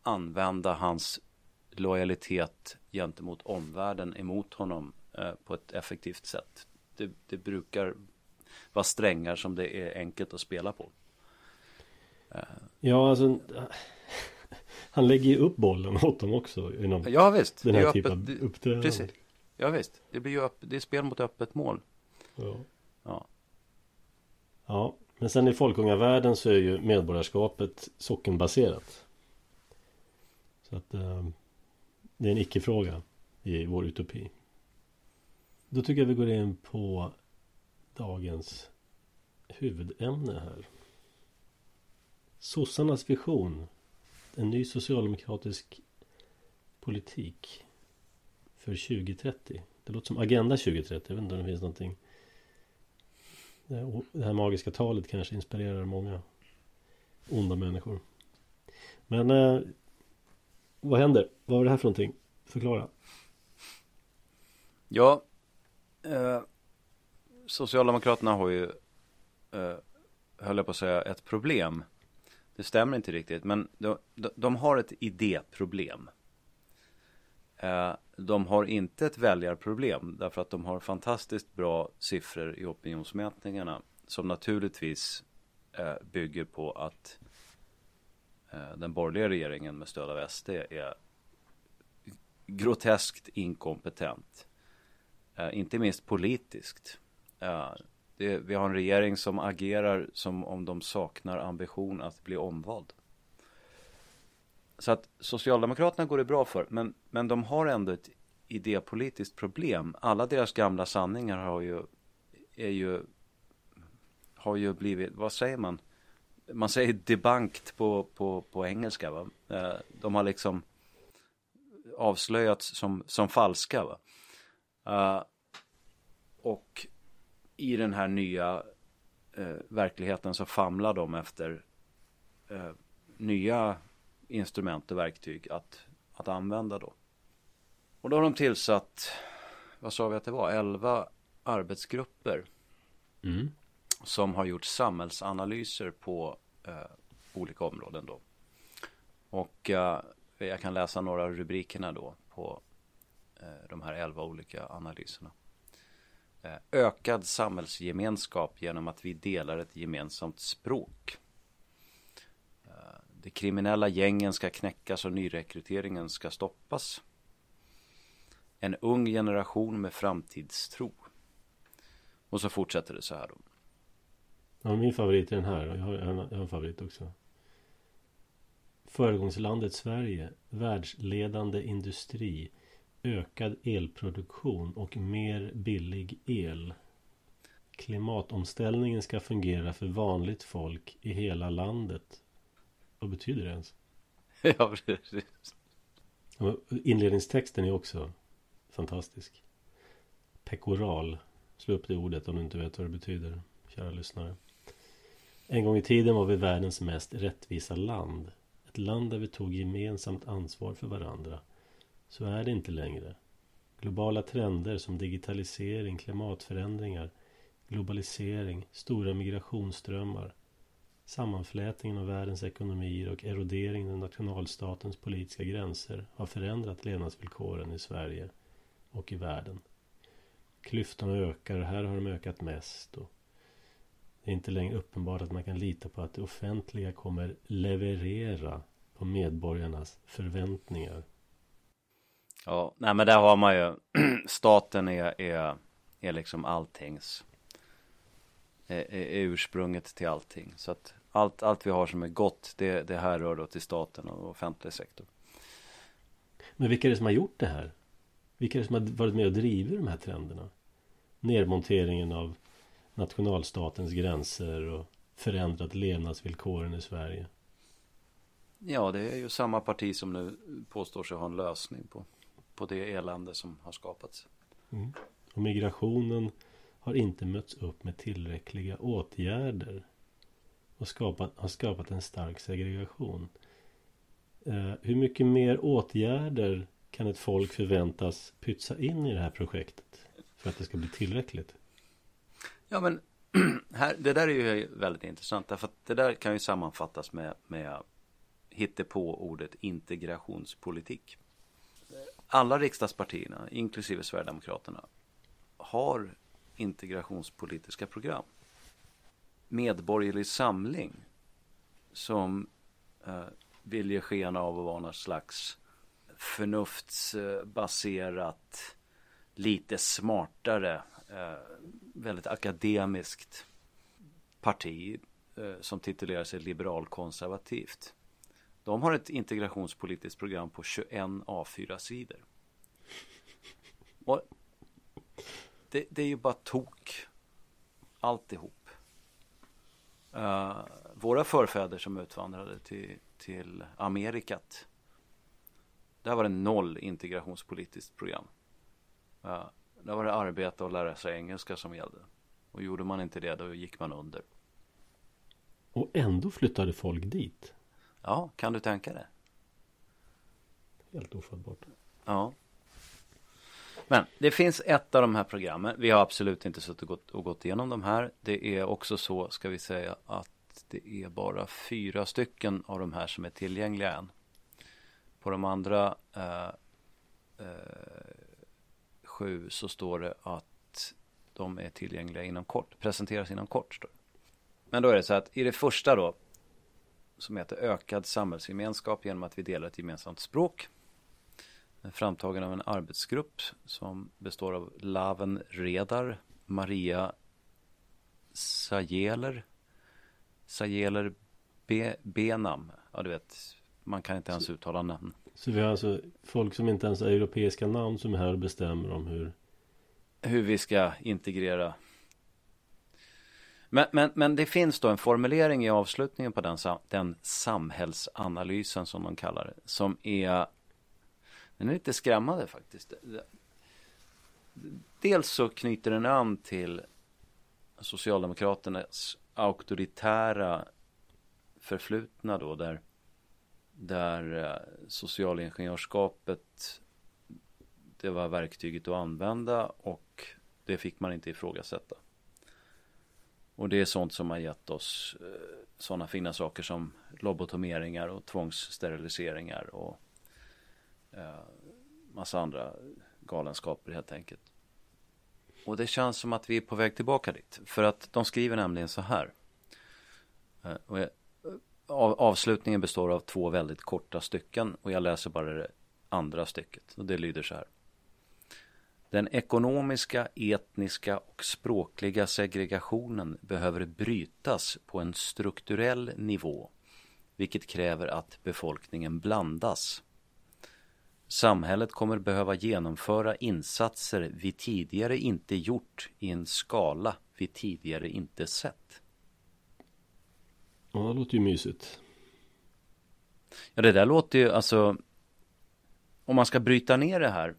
använda hans lojalitet gentemot omvärlden emot honom eh, på ett effektivt sätt. Det, det brukar vara strängar som det är enkelt att spela på. Eh. Ja, alltså han lägger ju upp bollen åt dem också inom ja, visst. den här det typen öppet, av uppträdande. Precis. Ja, visst. Det blir ju öpp, det är spel mot öppet mål. Ja. Ja. Ja, men sen i folkungavärlden så är ju medborgarskapet sockenbaserat. Så att eh, det är en icke-fråga i vår utopi. Då tycker jag vi går in på dagens huvudämne här. Sossarnas vision. En ny socialdemokratisk politik för tjugo trettio. Det låter som Agenda tjugo trettio. Jag vet inte om det finns någonting. Det här magiska talet kanske inspirerar många onda människor. Men eh, vad händer? Vad var det här för någonting? Förklara. Ja, eh, Socialdemokraterna har ju, eh, höll jag på att säga, ett problem. Det stämmer inte riktigt, men de, de, de har ett idéproblem. Eh, de har inte ett väljarproblem, därför att de har fantastiskt bra siffror i opinionsmätningarna som naturligtvis eh, bygger på att eh, den borgerliga regeringen med stöd av S D är groteskt inkompetent. Eh, inte minst politiskt. Eh, det, vi har en regering som agerar som om de saknar ambition att bli omvald. Så att Socialdemokraterna går det bra för, men, men de har ändå ett idépolitiskt problem. Alla deras gamla sanningar har ju, är ju, har ju blivit, vad säger man? Man säger debunked på, på, på engelska, va? Eh, de har liksom avslöjats som, som falska, va? Uh, och i den här nya uh, verkligheten så famlar de efter uh, nya instrument och verktyg att, att använda då. Och då har de tillsatt, vad sa vi att det var, elva arbetsgrupper Mm. som har gjort samhällsanalyser på uh, olika områden då. Och uh, jag kan läsa några av rubrikerna då på de här elva olika analyserna. Ökad samhällsgemenskap genom att vi delar ett gemensamt språk. De kriminella gängen ska knäckas och nyrekryteringen ska stoppas. En ung generation med framtidstro. Och så fortsätter det så här då. Ja, min favorit är den här. Jag har, jag har en favorit också. Föregångslandet Sverige. Världsledande industri. Ökad elproduktion och mer billig el. Klimatomställningen ska fungera för vanligt folk i hela landet. Vad betyder det ens? Ja, precis. Inledningstexten är också fantastisk. Pekoral. Slå upp det ordet om du inte vet vad det betyder, kära lyssnare. En gång i tiden var vi världens mest rättvisa land. Ett land där vi tog gemensamt ansvar för varandra. Så är det inte längre. Globala trender som digitalisering, klimatförändringar, globalisering, stora migrationsströmmar, sammanflätningen av världens ekonomier och eroderingen av nationalstatens politiska gränser har förändrat levnadsvillkoren i Sverige och i världen. Klyftorna ökar och här har de ökat mest. Och det är inte längre uppenbart att man kan lita på att det offentliga kommer leverera på medborgarnas förväntningar. Ja, nej men där har man ju staten är, är, är liksom alltings är, är ursprunget till allting. Så att allt, allt vi har som är gott, det, det här rör då till staten och offentlig sektor. Men vilka är det som har gjort det här? Vilka är det som har varit med och drivit de här trenderna? Nedmonteringen av nationalstatens gränser och förändrat levnadsvillkoren i Sverige. Ja, det är ju samma parti som nu påstår sig ha en lösning på, på det elände som har skapats. Mm. Och migrationen har inte mötts upp med tillräckliga åtgärder och skapat, har skapat en stark segregation. Eh, hur mycket mer åtgärder kan ett folk förväntas pytsa in i det här projektet för att det ska bli tillräckligt? Ja, men här, det där är ju väldigt intressant därför att det där kan ju sammanfattas med, med hittade på ordet integrationspolitik. Alla riksdagspartierna, inklusive Sverigedemokraterna, har integrationspolitiska program. Medborgerlig samling som eh, vill ge sken av att vara någon slags förnuftsbaserat, lite smartare, eh, väldigt akademiskt parti eh, som titulerar sig liberal-konservativt. De har ett integrationspolitiskt program på tjugoett A fyra sidor. Och det, det är ju bara tok. Alltihop. Uh, våra förfäder som utvandrade till, till Amerikat. Där var det noll integrationspolitiskt program. Uh, där var det arbeta och lära sig engelska som gällde. Och gjorde man inte det, då gick man under. Och ändå flyttade folk dit. Ja, kan du tänka det? Helt ofattbart. Ja. Men det finns ett av de här programmen. Vi har absolut inte suttit och gått, och gått igenom de här. Det är också så, ska vi säga, att det är bara fyra stycken av de här som är tillgängliga än. På de andra eh, eh, sju så står det att de är tillgängliga inom kort. Presenteras inom kort, står det. Men då är det så att i det första då, som heter ökad samhällsgemenskap genom att vi delar ett gemensamt språk, framtagen av en arbetsgrupp som består av Laven Redar, Maria Sajeler, Sajeler Be, Benam. Ja, du vet, man kan inte ens så, uttala namn. Så vi har alltså folk som inte ens är europeiska namn som är här och bestämmer om hur hur vi ska integrera. Men, men, men det finns då en formulering i avslutningen på den, den samhällsanalysen som de kallar det, som är den är lite skrämmande faktiskt. Dels så knyter den an till Socialdemokraternas auktoritära förflutna då, där, där socialingenjörskapet, det var verktyget att använda och det fick man inte ifrågasätta. Och det är sånt som har gett oss eh, sådana fina saker som lobotomeringar och tvångssteriliseringar och eh, massa andra galenskaper helt enkelt. Och det känns som att vi är på väg tillbaka dit. För att de skriver nämligen så här. Eh, och jag, av, avslutningen består av två väldigt korta stycken och jag läser bara det andra stycket. Och det lyder så här. Den ekonomiska, etniska och språkliga segregationen behöver brytas på en strukturell nivå, vilket kräver att befolkningen blandas. Samhället kommer behöva genomföra insatser vi tidigare inte gjort i en skala vi tidigare inte sett. Ja, det låter ju mysigt. Ja, det där låter ju, alltså, om man ska bryta ner det här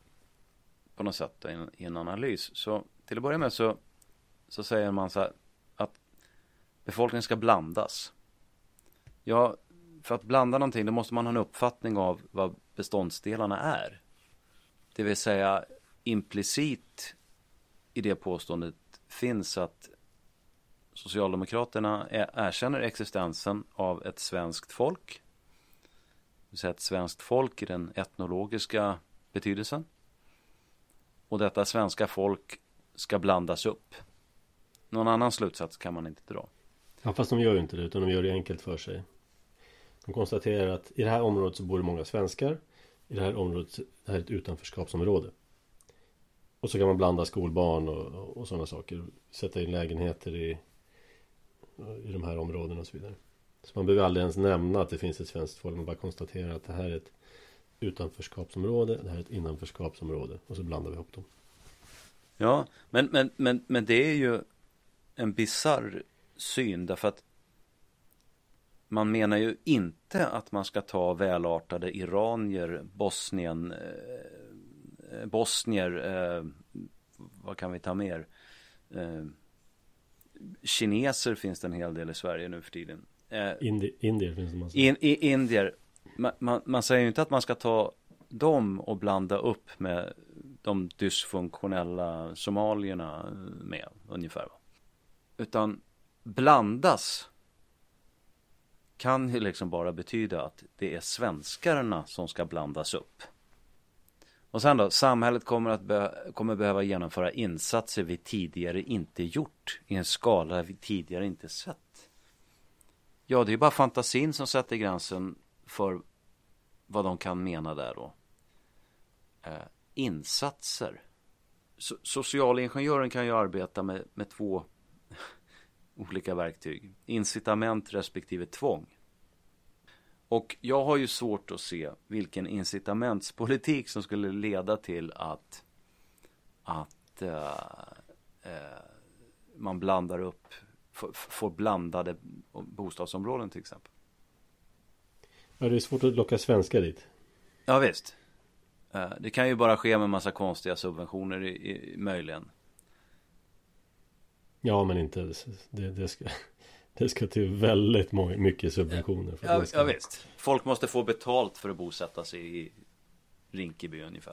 på något sätt i en, i en analys, så till att börja med så, så säger man så här, att befolkningen ska blandas. Ja, för att blanda någonting då måste man ha en uppfattning av vad beståndsdelarna är. Det vill säga implicit i det påståendet finns att Socialdemokraterna erkänner existensen av ett svenskt folk. Det vill säga ett svenskt folk i den etnologiska betydelsen. Och detta svenska folk ska blandas upp. Någon annan slutsats kan man inte dra. Ja, fast de gör ju inte det, utan de gör det enkelt för sig. De konstaterar att i det här området så bor det många svenskar. I det här området, det här är ett utanförskapsområde. Och så kan man blanda skolbarn och, och sådana saker. Sätta in lägenheter i, i de här områdena och så vidare. Så man behöver aldrig ens nämna att det finns ett svenskt folk. Man bara konstaterar att det här är ett utanförskapsområde, det här är ett innanförskapsområde. Och så blandar vi ihop dem. Ja, men, men, men, men det är ju en bizarr syn, därför att man menar ju inte att man ska ta välartade iranier, Bosnien, eh, bosnier, eh, vad kan vi ta mer? Eh, kineser finns det en hel del i Sverige nu för tiden. Eh, Indi- indier finns det massa. In, i, indier. Man, man, man säger ju inte att man ska ta dem och blanda upp med de dysfunktionella somalierna med ungefär. Va? Utan blandas kan ju liksom bara betyda att det är svenskarna som ska blandas upp. Och sen då, samhället kommer att be- kommer behöva genomföra insatser vi tidigare inte gjort i en skala vi tidigare inte sett. Ja, det är bara fantasin som sätter gränsen för vad de kan mena där då. Eh, insatser. So- socialingenjören kan ju arbeta med, med två olika verktyg. Incitament respektive tvång. Och jag har ju svårt att se vilken incitamentspolitik som skulle leda till att, att uh, uh, man blandar upp, f- får blandade bostadsområden till exempel. Ja, det är svårt att locka svenskar dit. Ja visst. Uh, det kan ju bara ske med massa konstiga subventioner i, i, möjligen. Ja, men inte det, det ska det ska till väldigt må- mycket subventioner för att Ja, det ska... ja visst. Folk måste få betalt för att bosätta sig i Rinkeby ungefär.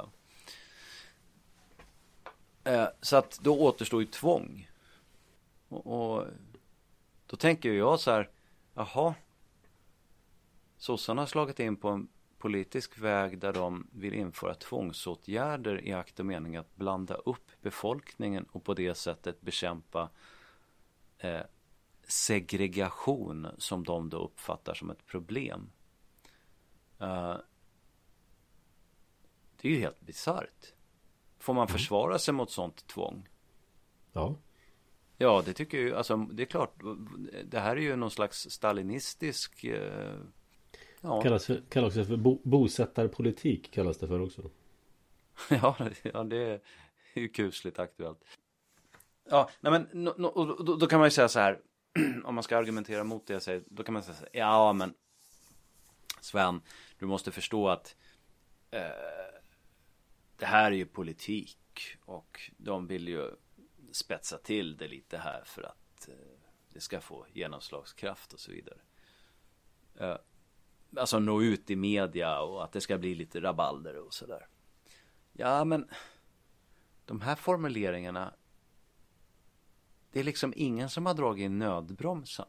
Eh, så att då återstår ju tvång. Och, och då tänker jag så här, jaha, sossarna har slagit in på en politisk väg där de vill införa tvångsåtgärder i akt och mening att blanda upp befolkningen och på det sättet bekämpa eh, segregation som de då uppfattar som ett problem. Uh, det är ju helt bisarrt. Får man försvara sig mot sånt tvång? Ja. Ja, det tycker jag ju. Alltså, det är klart, det här är ju någon slags stalinistisk... Uh, ja. Kallas, för, kallas också för bo, bosättarpolitik kallas det för också. ja, ja, det är ju kusligt aktuellt. Ja, nej men no, no, då, då kan man ju säga så här, om man ska argumentera mot det jag säger, då kan man säga så här, ja men Sven, du måste förstå att eh, det här är ju politik och de vill ju spetsa till det lite här för att eh, det ska få genomslagskraft och så vidare. Eh, alltså nå ut i media och att det ska bli lite rabalder och sådär. Ja, men de här formuleringarna, det är liksom ingen som har dragit in nödbromsen.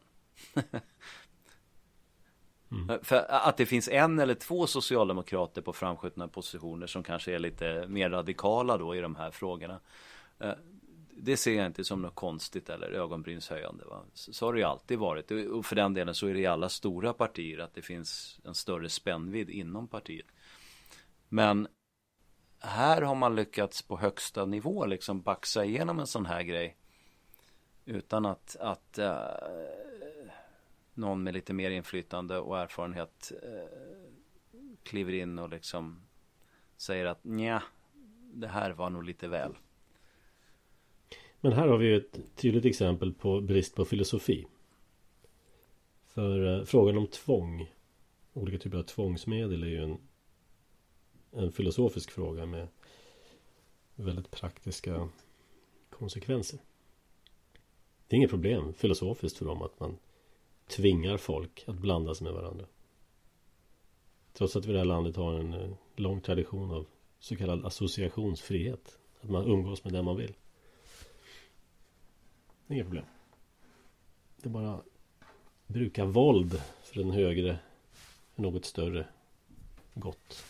mm. För att det finns en eller två socialdemokrater på framskjutna positioner som kanske är lite mer radikala då i de här frågorna. Det ser jag inte som något konstigt eller ögonbrynshöjande. Va? Så har det ju alltid varit. Och för den delen så är det i alla stora partier att det finns en större spännvidd inom partiet. Men här har man lyckats på högsta nivå liksom baxa igenom en sån här grej. Utan att, att uh, någon med lite mer inflytande och erfarenhet uh, kliver in och liksom säger att nja, det här var nog lite väl. Men här har vi ett tydligt exempel på brist på filosofi. För uh, frågan om tvång, olika typer av tvångsmedel är ju en, en filosofisk fråga med väldigt praktiska konsekvenser. Det är inget problem filosofiskt för dem att man tvingar folk att blanda sig med varandra. Trots att vi i det här landet har en eh, lång tradition av så kallad associationsfrihet. Att man umgås med den man vill. Det är inget problem. Det är bara bruka våld för en högre, något större gott.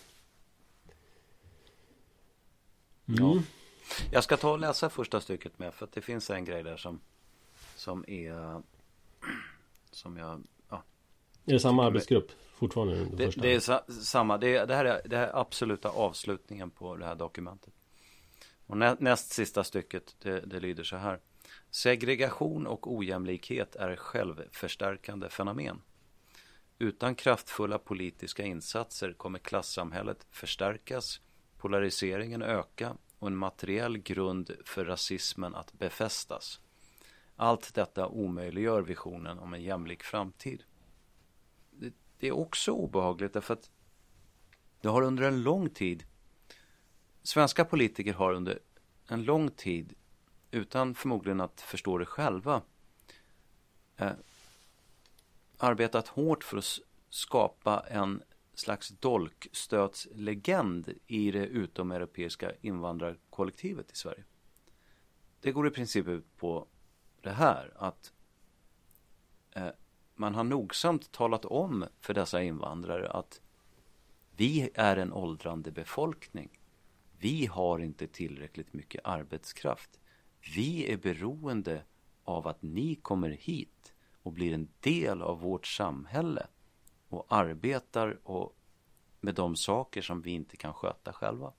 Mm. Ja. Jag ska ta och läsa första stycket med för att det finns en grej där som som är som jag ja. Är det samma arbetsgrupp fortfarande? Det, det, det är sa, samma det, det här är det här absoluta avslutningen på det här dokumentet. Och nä, näst sista stycket det, det lyder så här: segregation och ojämlikhet är självförstärkande fenomen. Utan kraftfulla politiska insatser kommer klassamhället förstärkas, polariseringen öka och en materiell grund för rasismen att befästas. Allt detta omöjliggör visionen om en jämlik framtid. Det, det är också obehagligt därför att det har under en lång tid, svenska politiker har under en lång tid, utan förmodligen att förstå det själva, eh, arbetat hårt för att skapa en slags dolkstötslegend i det utomeuropeiska invandrarkollektivet i Sverige. Det går i princip ut på det här att eh, man har nogsamt talat om för dessa invandrare att vi är en åldrande befolkning. Vi har inte tillräckligt mycket arbetskraft. Vi är beroende av att ni kommer hit och blir en del av vårt samhälle och arbetar och med de saker som vi inte kan sköta själva.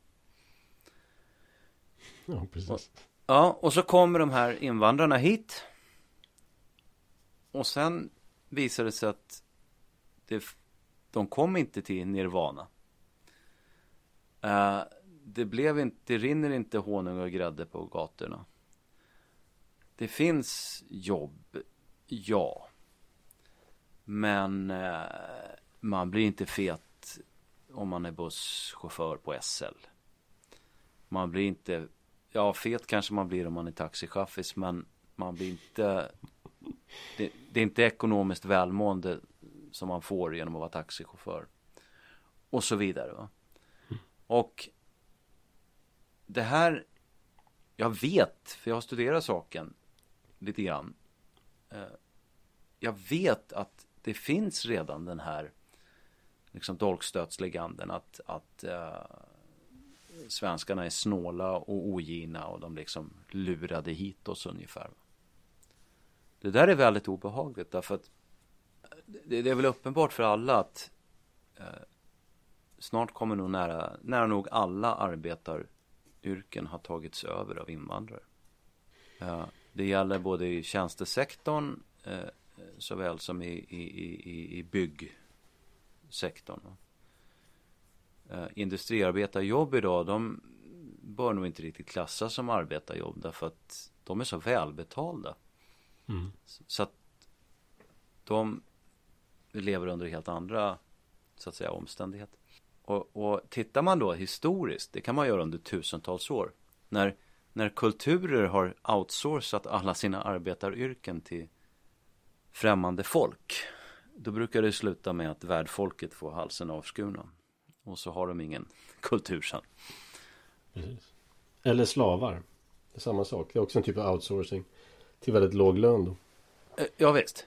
Ja, precis. Och, ja, och så kommer de här invandrarna hit. Och sen visar det sig att det, de kom inte till nirvana. Uh, det blev inte, det rinner inte honung och grädde på gatorna. Det finns jobb, ja. Men uh, man blir inte fet om man är busschaufför på S L. Man blir inte, ja fet kanske man blir om man är taxichaffis, men man blir inte, det, det är inte ekonomiskt välmående som man får genom att vara taxichaufför. Och så vidare, va. Och det här, jag vet, för jag har studerat saken lite grann. Jag vet att det finns redan den här liksom dolkstötslegenden att, att uh, svenskarna är snåla och ogina och de liksom lurade hit oss ungefär. Det där är väldigt obehagligt därför att det, det är väl uppenbart för alla att uh, snart kommer nog nära, nära nog alla arbetaryrken ha tagits över av invandrare. Uh, det gäller både i tjänstesektorn uh, såväl som i, i, i, i byggsektorn. Uh, industriarbetarjobb idag, de bör nog inte riktigt klassas som arbetarjobb därför att de är så välbetalda. Mm. Så, så att de lever under helt andra så att säga omständigheter. Och, och tittar man då historiskt, det kan man göra under tusentals år. När, när kulturer har outsourcat alla sina arbetaryrken till främmande folk, då brukar det sluta med att värdfolket får halsen avskurna. Och så har de ingen kultur sen. Precis. Eller slavar. Det är samma sak. Det är också en typ av outsourcing till väldigt låg lön då. Ja visst.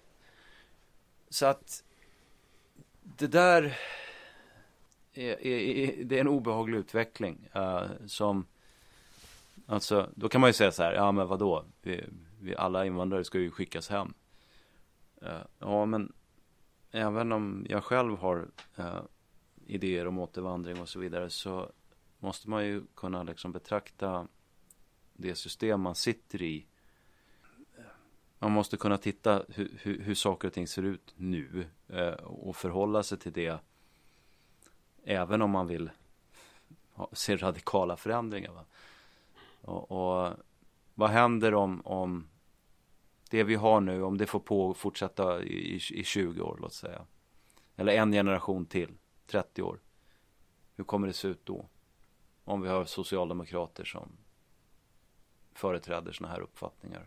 Så att det där är, är, det är en obehaglig utveckling uh, som alltså, då kan man ju säga så här, ja men vadå, vi, vi alla invandrare ska ju skickas hem. Uh, ja men även om jag själv har uh, idéer om återvandring och så vidare, så måste man ju kunna liksom betrakta det system man sitter i. Man måste kunna titta hur, hur, hur saker och ting ser ut nu eh, och förhålla sig till det även om man vill ha, se radikala förändringar. Va? Och, och vad händer om, om det vi har nu, om det får på fortsätta i, i tjugo år, låt säga. Eller en generation till, trettio år. Hur kommer det se ut då? Om vi har socialdemokrater som företräder såna här uppfattningar.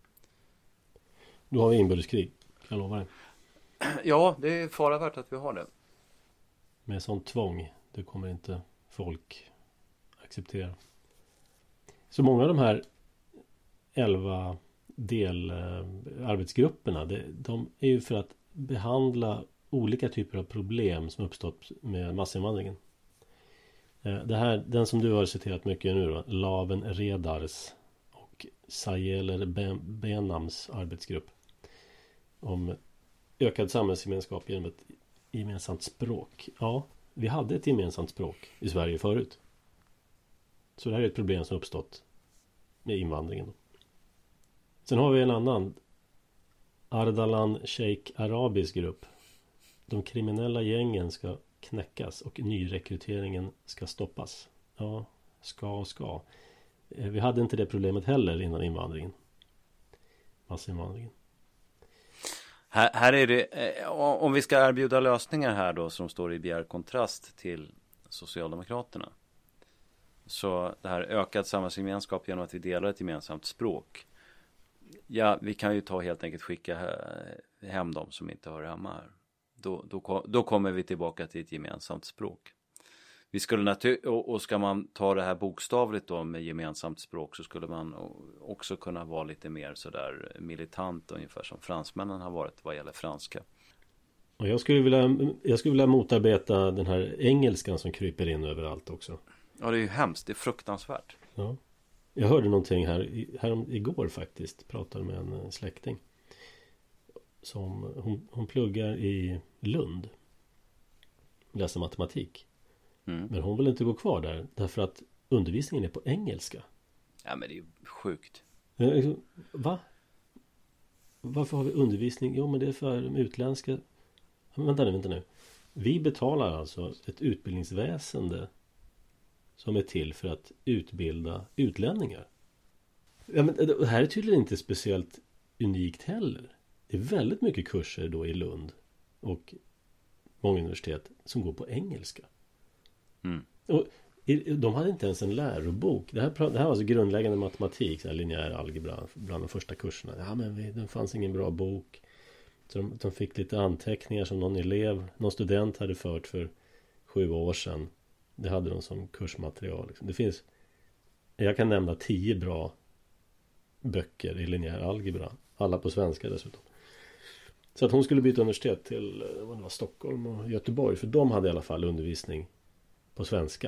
Då har vi inbördeskrig, kan jag lova dig. Ja, det är fara värt att vi har det. Med sånt tvång, det kommer inte folk acceptera. Så många av de här elva delarbetsgrupperna, det, de är ju för att behandla olika typer av problem som uppstått med massinvandringen. Det här, den som du har citerat mycket nu då, Laven Redars och Sajeler Benams arbetsgrupp om ökad samhällsgemenskap genom ett gemensamt språk. Ja, vi hade ett gemensamt språk i Sverige förut. Så det här är ett problem som uppstått med invandringen. Sen har vi en annan, Ardalan Sheikh Arabis grupp. De kriminella gängen ska knäckas och nyrekryteringen ska stoppas. Ja, ska och ska. Vi hade inte det problemet heller innan invandringen. Massinvandringen. Här, här är det, om vi ska erbjuda lösningar här då som står i bjärt kontrast till Socialdemokraterna. Så det här ökad samhällsgemenskap genom att vi delar ett gemensamt språk. Ja, vi kan ju ta helt enkelt skicka hem dem som inte hör hemma här. Då, då, då kommer vi tillbaka till ett gemensamt språk. Vi skulle natur- och, och ska man ta det här bokstavligt då med gemensamt språk, så skulle man också kunna vara lite mer sådär militant ungefär som fransmännen har varit vad gäller franska. Och jag skulle vilja, jag skulle vilja motarbeta den här engelskan som kryper in överallt också. Ja, det är ju hemskt. Det är fruktansvärt. Ja. Jag hörde någonting här, här om, igår faktiskt. Pratade med en släkting. Som, hon, hon pluggar i Lund. Läser matematik. Mm. Men hon vill inte gå kvar där. Därför att undervisningen är på engelska. Ja, men det är ju sjukt. Va? Varför har vi undervisning? Jo, men det är för de utländska. Men vänta nu, vänta nu. Vi betalar alltså ett utbildningsväsende som är till för att utbilda utlänningar. Ja, men det här är tydligen inte speciellt unikt heller. Det är väldigt mycket kurser då i Lund och många universitet som går på engelska. Mm. Och de hade inte ens en lärobok. Det här, det här var alltså grundläggande matematik, så här linjär algebra, bland de första kurserna. Ja, men vi, det fanns ingen bra bok. Så de, de fick lite anteckningar som någon elev, någon student hade fört för sju år sedan. Det hade de som kursmaterial. Liksom. Det finns, jag kan nämna tio bra böcker i linjär algebra. Alla på svenska dessutom. Så att hon skulle byta universitet till vad det var, Stockholm och Göteborg. För de hade i alla fall undervisning på svenska.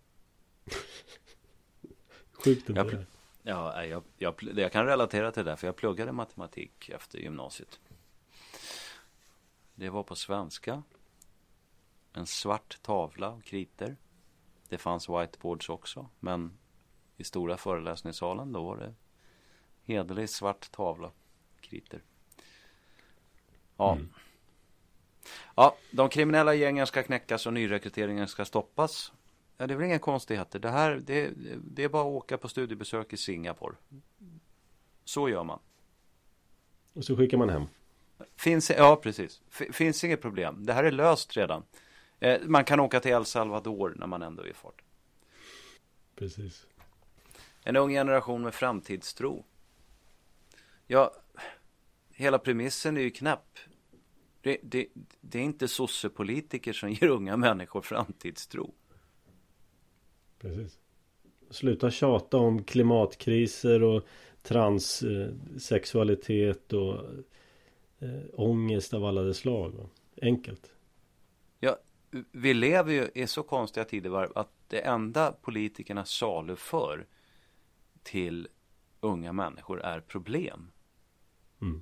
Sjukt inte jag, det. Ja, jag, jag, jag kan relatera till det. För jag pluggade matematik efter gymnasiet. Det var på svenska. En svart tavla och kriter. Det fanns whiteboards också. Men i stora föreläsningssalen då var det hederlig svart tavla, kriter. Ja. Mm. Ja, de kriminella gängen ska knäckas och nyrekryteringen ska stoppas. Ja, det är väl inga konstigheter. Det här, det, det är bara att åka på studiebesök i Singapore. Så gör man. Och så skickar man hem. Finns, ja, precis. F- finns inget problem. Det här är löst redan. Eh, man kan åka till El Salvador när man ändå är i fart. Precis. En ung generation med framtidstro. Ja, hela premissen är ju knäpp. Det, det, det är inte sossepolitiker som ger unga människor framtidstro. Precis. Sluta tjata om klimatkriser och transsexualitet och eh, ångest av alla dess slag. Enkelt. Ja, vi lever ju i så konstiga tider att det enda politikerna saluför till unga människor är problem. Mm.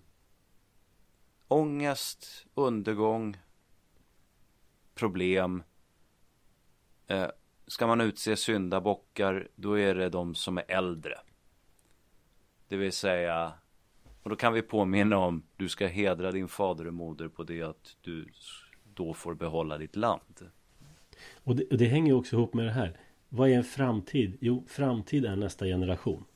Ångest, undergång, problem. Eh, ska man utse syndabockar, då är det de som är äldre. Det vill säga, och då kan vi påminna om, du ska hedra din fader och moder på det att du då får behålla ditt land. Och det, och det hänger ju också ihop med det här. Vad är en framtid? Jo, framtid är nästa generation.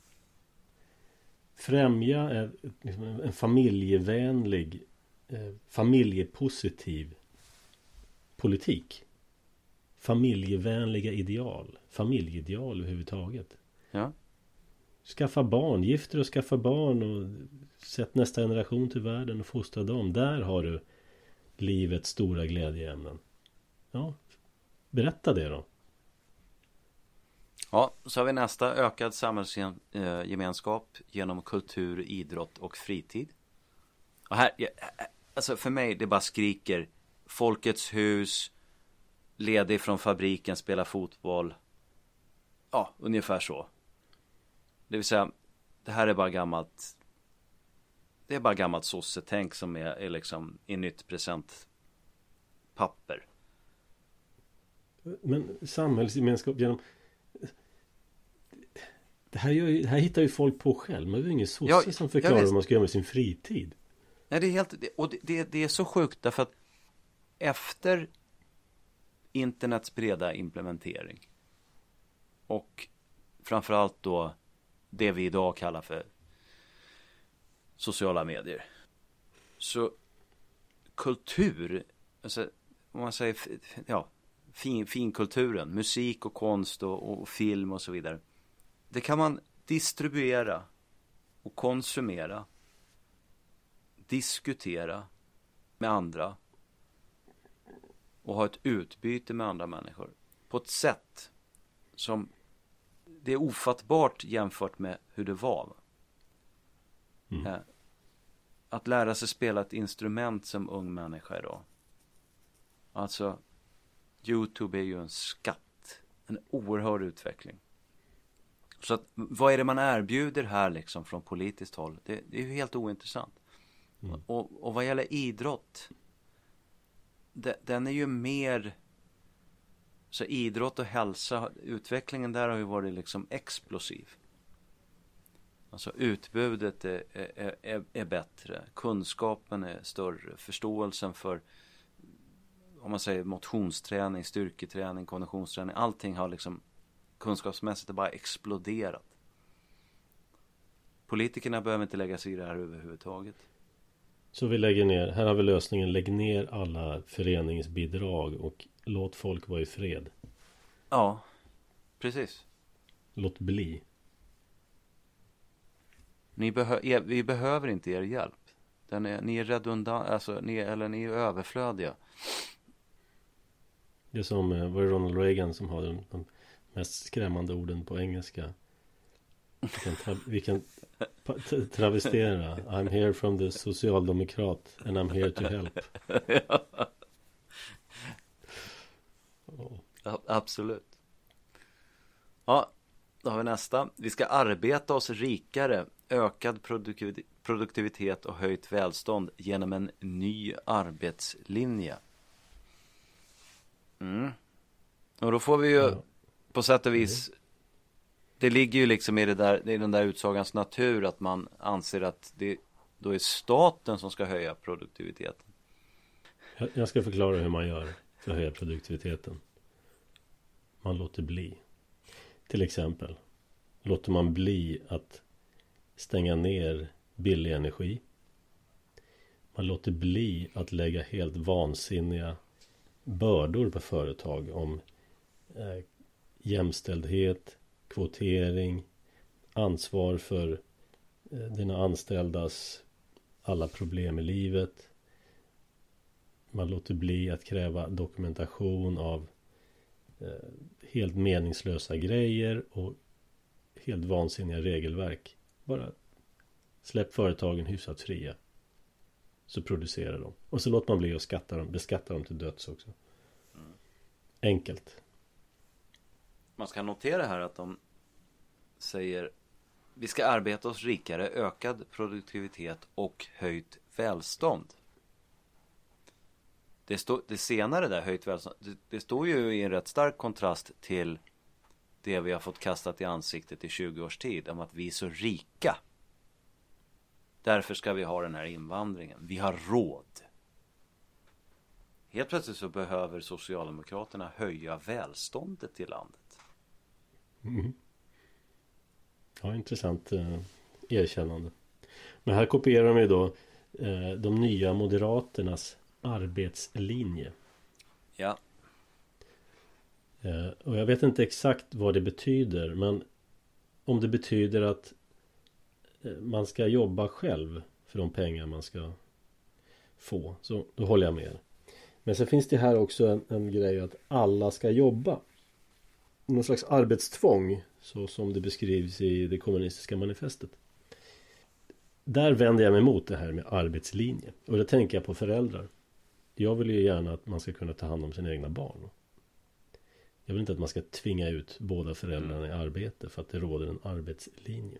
Främja är en familjevänlig, eh, familjepositiv politik. Familjevänliga ideal. Familjeideal överhuvudtaget. Ja. Skaffa barn, gifter och skaffa barn och sätt nästa generation till världen och fostra dem. Där har du livets stora glädjeämnen. Ja, berätta det då. Ja, så har vi nästa, ökad samhällsgemenskap genom kultur, idrott och fritid. Och här, alltså för mig, det bara skriker Folkets hus, ledig från fabriken, spela fotboll. Ja, ungefär så. Det vill säga, det här är bara gammalt, det är bara gammalt sossetänk som är, är liksom i nytt presentpapper. Men samhällsgemenskap genom... Det här, gör ju, det här hittar ju folk på själv. Man är ju ingen sosse ja, som förklarar vad man ska göra med sin fritid. Nej, det är helt... Och det, det, det är så sjukt därför att efter internets breda implementering och framförallt då det vi idag kallar för sociala medier, så kultur, alltså om man säger ja, fin, finkulturen, musik och konst och, och film och så vidare, det kan man distribuera och konsumera, diskutera med andra och ha ett utbyte med andra människor på ett sätt som det är ofattbart jämfört med hur det var. Mm. Att lära sig spela ett instrument som ung människa idag, Alltså, YouTube är ju en skatt. En oerhörd utveckling. Så att, vad är det man erbjuder här liksom från politiskt håll? Det, det är ju helt ointressant. Mm. Och, och vad gäller idrott, de, den är ju mer... Så idrott och hälsa, utvecklingen där har ju varit liksom explosiv. Alltså utbudet är, är, är, är bättre, kunskapen är större, förståelsen för, om man säger motionsträning, styrketräning, konditionsträning, allting har liksom kunskapsmässigt bara exploderat. Politikerna behöver inte lägga sig i det här överhuvudtaget. Så vi lägger ner, här har vi lösningen, lägg ner alla föreningsbidrag och låt folk vara i fred. Ja, precis. Låt bli. Ni behö- vi behöver inte er hjälp. Den är, ni är redundant, alltså, ni, eller ni är överflödiga. Det är som, var det Ronald Reagan som har de, de mest skrämmande orden på engelska. Vi kan, tra- vi kan tra- travestera. I'm here from the socialdemokrat and I'm here to help. Oh. Ja, absolut. Ja, då har vi nästa. Vi ska arbeta oss rikare, ökad produktiv- produktivitet och höjt välstånd genom en ny arbetslinje. Mm. Och då får vi ju ja. på sätt och vis mm. det ligger ju liksom i det där, i den där utsagans natur att man anser att det då är staten som ska höja produktiviteten. Jag, jag ska förklara hur man gör för att höja produktiviteten. Man låter bli. Till exempel låter man bli att stänga ner billig energi. Man låter bli att lägga helt vansinniga bördor på företag om eh, jämställdhet, kvotering, ansvar för eh, dina anställdas alla problem i livet. Man låter bli att kräva dokumentation av eh, helt meningslösa grejer och helt vansinniga regelverk. Bara släpp företagen hyfsat fria. Så producerar de. Och så låter man bli att skatta dem, beskatta dem till döds också. Mm. Enkelt. Man ska notera här att de säger vi ska arbeta oss rikare, ökad produktivitet och höjt välstånd. Det, stå, det senare där, höjt välstånd, det, det står ju i en rätt stark kontrast till det vi har fått kastat i ansiktet i tjugo års tid om att vi är så rika. Därför ska vi ha den här invandringen. Vi har råd. Helt plötsligt så behöver Socialdemokraterna höja välståndet i landet. Mm. Ja, intressant eh, erkännande. Men här kopierar de ju då eh, de nya moderaternas arbetslinje. Ja. Eh, och jag vet inte exakt vad det betyder, men om det betyder att eh, man ska jobba själv för de pengar man ska få, så då håller jag med. Men så finns det här också en, en grej att alla ska jobba. Någon slags arbetstvång, så som det beskrivs i det kommunistiska manifestet. Där vänder jag mig mot det här med arbetslinje. Och då tänker jag på föräldrar. Jag vill ju gärna att man ska kunna ta hand om sina egna barn. Jag vill inte att man ska tvinga ut båda föräldrarna i arbete för att det råder en arbetslinje.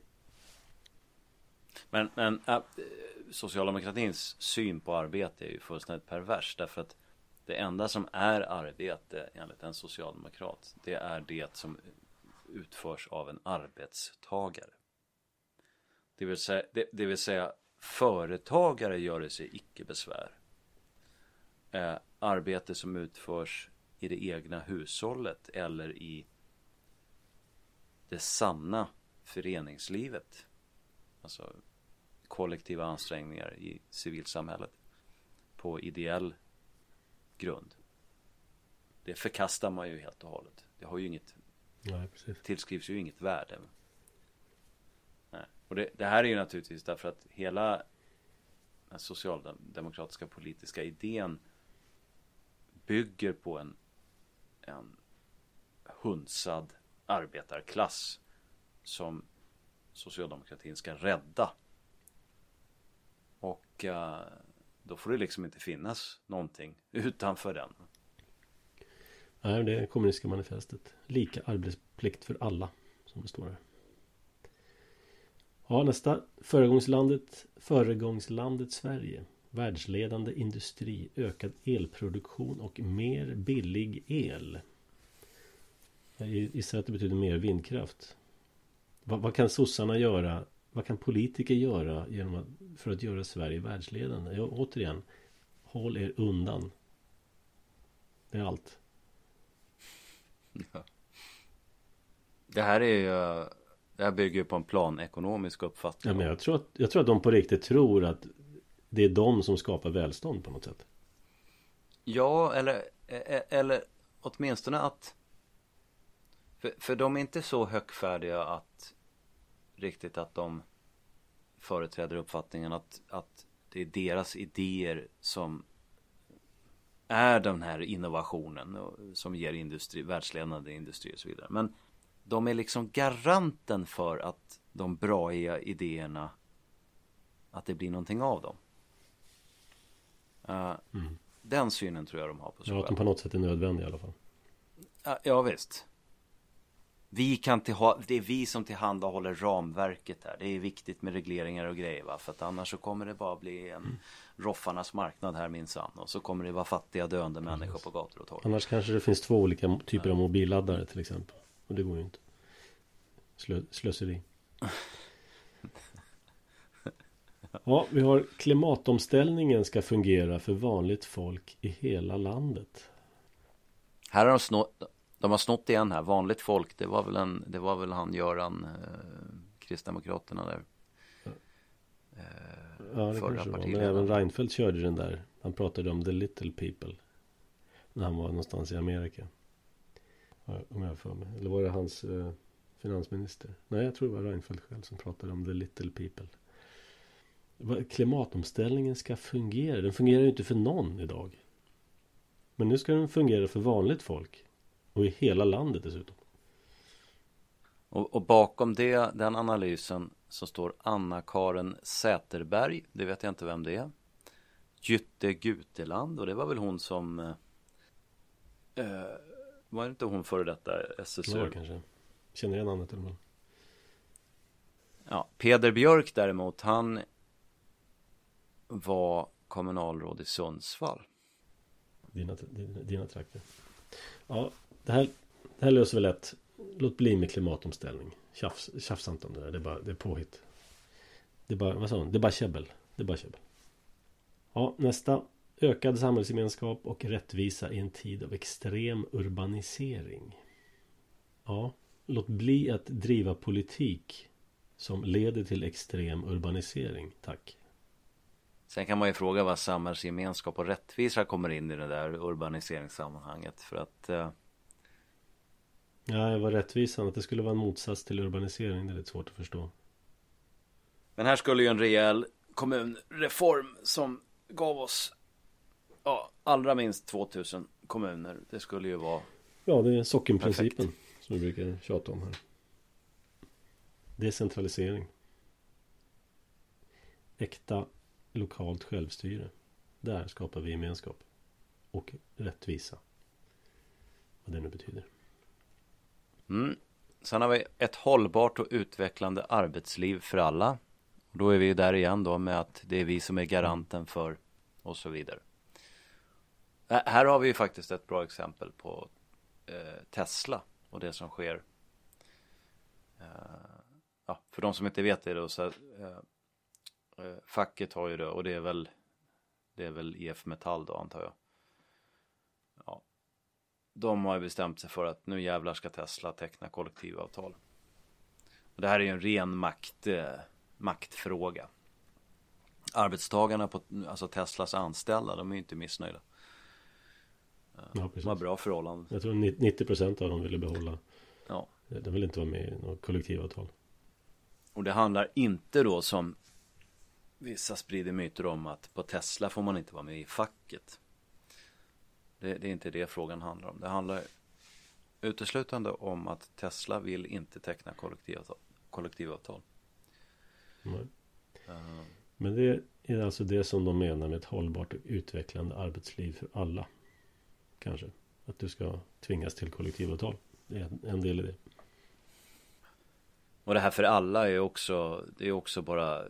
Men, men äh, socialdemokratins syn på arbete är ju fullständigt pervers, därför att det enda som är arbete enligt en socialdemokrat, det är det som utförs av en arbetstagare. Det vill säga, det, det vill säga företagare gör det sig icke besvär. Eh, arbete som utförs i det egna hushållet eller i det sanna föreningslivet. Alltså kollektiva ansträngningar i civilsamhället på ideell grund. Det förkastar man ju helt och hållet. Det har ju inget, nej, precis. Tillskrivs ju inget värde. Nej. Och det, det här är ju naturligtvis därför att hela den socialdemokratiska politiska idén bygger på en, en hunsad arbetarklass som socialdemokratin ska rädda. Och uh, då får det liksom inte finnas någonting utanför den. Nej, det är kommunistiska manifestet. Lika arbetsplikt för alla, som det står här. Ja, nästa. Föregångslandet, föregångslandet Sverige. Världsledande industri, ökad elproduktion och mer billig el. Jag gissar att det betyder mer vindkraft. Vad, vad kan sossarna göra? Vad kan politiker göra genom att, för att göra Sverige världsledande? Ja, återigen, håll er undan. Det är allt. Ja. Det här är ju, det här bygger på en planekonomisk uppfattning. Ja, men jag tror att, jag tror att de på riktigt tror att det är de som skapar välstånd på något sätt. Ja, eller, eller åtminstone att för, för de är inte så högfärdiga att riktigt att de företräder uppfattningen att, att det är deras idéer som är den här innovationen som ger industri, världsledande industri och så vidare. Men de är liksom garanten för att de braiga idéerna, att det blir någonting av dem. Uh, mm. Den synen tror jag de har på sig. Ja, att de på något sätt är nödvändiga i alla fall. Uh, ja, visst. Vi kan tillha- det är vi som tillhandahåller ramverket här. Det är viktigt med regleringar och grejer, va? För att annars så kommer det bara bli en mm. roffarnas marknad här minsann. Och så kommer det vara fattiga döende mm. människor på gator och torg. Annars kanske det finns två olika typer av mobilladdare till exempel. Och det går ju inte. Slö- slöseri. Ja, vi har klimatomställningen ska fungera för vanligt folk i hela landet. Här har de snott, de har snott igen här. Vanligt folk, det var väl en, det var väl han Göran eh, Kristdemokraterna där. Eh, ja, det kanske var. Men även Reinfeldt körde den där. Han pratade om the little people. När han var någonstans i Amerika. Om jag får mig. Eller var det hans eh, finansminister? Nej, jag tror det var Reinfeldt själv som pratade om the little people. Klimatomställningen ska fungera. Den fungerar ju inte för någon idag. Men nu ska den fungera för vanligt folk. Och i hela landet dessutom. Och, och bakom det, den analysen så står Anna-Karin Säterberg. Det vet jag inte vem det är. Jytte Guteland. Och det var väl hon som eh, var inte hon före detta S S U? Ja, kanske. Känner jag namnet eller? Ja, Peder Björk däremot, han var kommunalråd i Sundsvall. Dina, dina, dina trakter. Ja, det här, det här löser vi lätt. Låt bli med klimatomställning. Tjafs, tjafsa inte om det där. Det är bara det är påhitt. Det är bara, vad sa hon? Det är bara käbbel. Det är bara käbbel. Ja, nästa. Ökad samhällsgemenskap och rättvisa i en tid av extrem urbanisering. Ja, låt bli att driva politik som leder till extrem urbanisering. Tack. Sen kan man ju fråga vad samhällsgemenskap och rättvisa kommer in i det där urbaniseringssammanhanget. För att... Eh... Ja, vad rättvisan. Att det skulle vara en motsats till urbanisering. Det är lite svårt att förstå. Men här skulle ju en rejäl kommunreform som gav oss ja, allra minst tvåtusen kommuner. Det skulle ju vara... Ja, det är sockenprincipen perfekt. Som vi brukar tjata om här. Decentralisering. Äkta lokalt självstyre. Där skapar vi gemenskap. Och rättvisa. Vad det nu betyder. Mm. Sen har vi ett hållbart och utvecklande arbetsliv för alla. Då är vi där igen då med att det är vi som är garanten för och så vidare. Här har vi ju faktiskt ett bra exempel på eh, Tesla och det som sker. Eh, ja, för de som inte vet det då så eh, eh, facket har ju det och det är väl det är väl E F Metall då antar jag. Ja. De har ju bestämt sig för att nu jävlar ska Tesla teckna kollektivavtal. Och det här är ju en ren makt, eh, maktfråga. Arbetstagarna på alltså Teslas anställda, de är ju inte missnöjda. Ja, de har bra förhållanden. Jag tror nittio procent av dem ville behålla. Ja. De vill inte vara med i något kollektivavtal. Och det handlar inte då som vissa sprider myter om att på Tesla får man inte vara med i facket. Det, det är inte det frågan handlar om. Det handlar uteslutande om att Tesla vill inte teckna kollektivavtal. kollektivavtal. Mm. Uh. Men det är alltså det som de menar med ett hållbart och utvecklande arbetsliv för alla. Kanske. Att du ska tvingas till kollektivavtal. Det är en del i det. Och det här för alla är också, det är också bara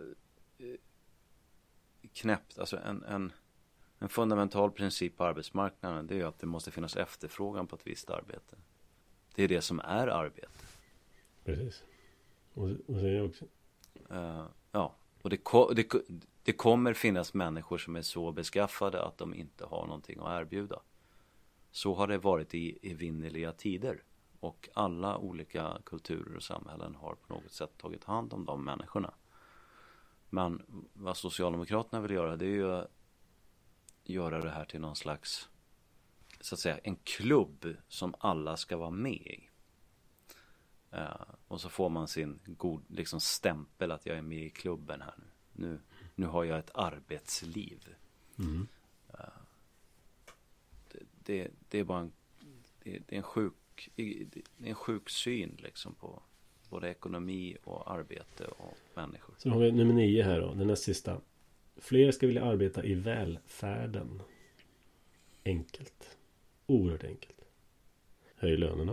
knäppt. Alltså en, en, en fundamental princip på arbetsmarknaden, det är ju att det måste finnas efterfrågan på ett visst arbete. Det är det som är arbete. Precis. Och, och det är också. Uh, ja, och det, ko- det, det kommer finnas människor som är så beskaffade att de inte har någonting att erbjuda. Så har det varit i evinnerliga tider. Och alla olika kulturer och samhällen har på något sätt tagit hand om de människorna. Men vad Socialdemokraterna vill göra, det är ju att göra det här till någon slags, så att säga, en klubb som alla ska vara med i. Uh, och så får man sin god liksom stämpel att jag är med i klubben här nu. Nu, nu har jag ett arbetsliv. Mm. Uh, det, det, det är bara en, det, det är en sjuk det är en sjuk syn liksom på både ekonomi och arbete och människor. Så har vi nummer nio här då, den näst sista. Fler ska vilja arbeta i välfärden. Enkelt. Oerhört enkelt. Höj lönerna.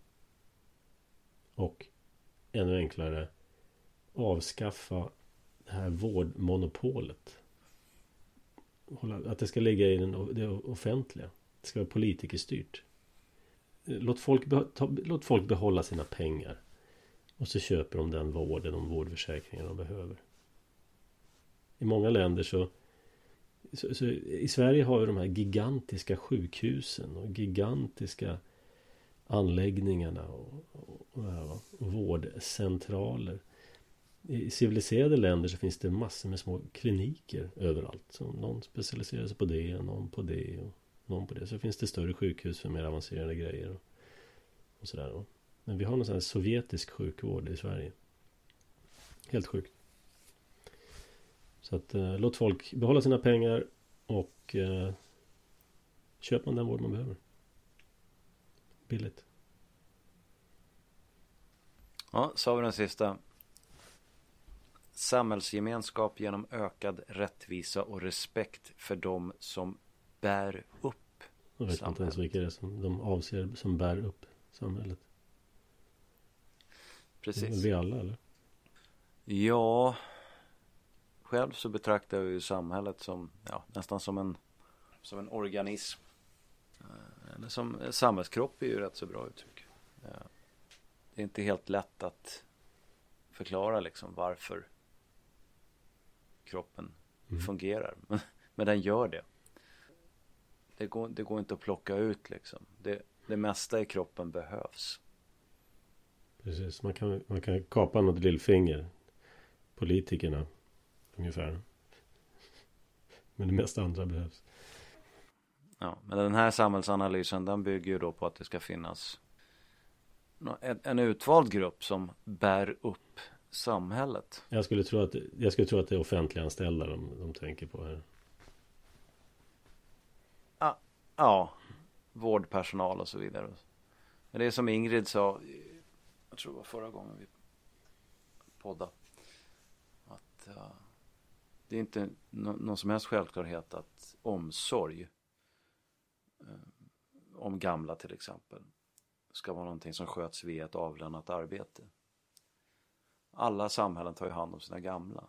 Och ännu enklare, avskaffa det här vårdmonopolet. Att det ska ligga i den, det offentliga. Det ska vara politikerstyrt. Låt folk, be, ta, låt folk behålla sina pengar. Och så köper de den vården, de vårdförsäkringar de behöver. I många länder så, så, så i Sverige har vi de här gigantiska sjukhusen och gigantiska anläggningarna och, och, och, och vårdcentraler. I civiliserade länder så finns det massor med små kliniker överallt. Så någon specialiserar sig på det, någon på det och någon på det. Så finns det större sjukhus för mer avancerade grejer och, och sådär. Men vi har någon sån här sovjetisk sjukvård i Sverige. Helt sjukt. Så att eh, låt folk behålla sina pengar och eh, köper man den vård man behöver. Billigt. Ja, så har vi den sista. Samhällsgemenskap genom ökad rättvisa och respekt för dem som bär upp Jag vet samhället. inte ens vilka det är som de avser som bär upp samhället. Precis. Det är väl vi alla, eller? Ja, själv så betraktar jag ju samhället som ja, nästan som en som en organism. Eller som samhällskropp är ju rätt så bra uttryck. Det är inte helt lätt att förklara liksom varför kroppen mm. fungerar. Men, men den gör det. Det går, det går inte att plocka ut liksom. Det, det mesta i kroppen behövs. Precis, man kan, man kan kapa något lillfinger. Politikerna ungefär. Men det mesta andra behövs. Ja, men den här samhällsanalysen, den bygger ju då på att det ska finnas en, en utvald grupp som bär upp samhället. Jag skulle tro att, jag skulle tro att det är offentliga anställda de, de tänker på här. Ja, ja, vårdpersonal och så vidare. Men det är som Ingrid sa, jag tror det var förra gången vi poddade, att uh, det är inte no- någon som helst självklarhet att omsorg uh, om gamla till exempel ska vara någonting som sköts via ett avlönat arbete. Alla samhällen tar ju hand om sina gamla.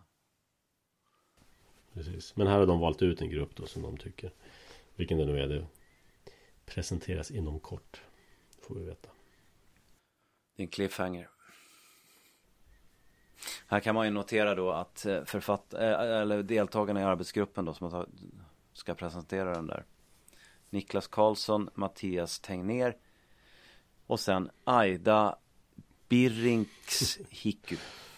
Precis. Men här har de valt ut en grupp då som de tycker. Vilken det nu är, det presenteras inom kort. Får vi veta. Det är en cliffhanger. Här kan man ju notera då att författ- eller deltagarna i arbetsgruppen då som ska presentera den där. Niklas Karlsson, Mattias Tegner och sen Aida Birrinks Hiku.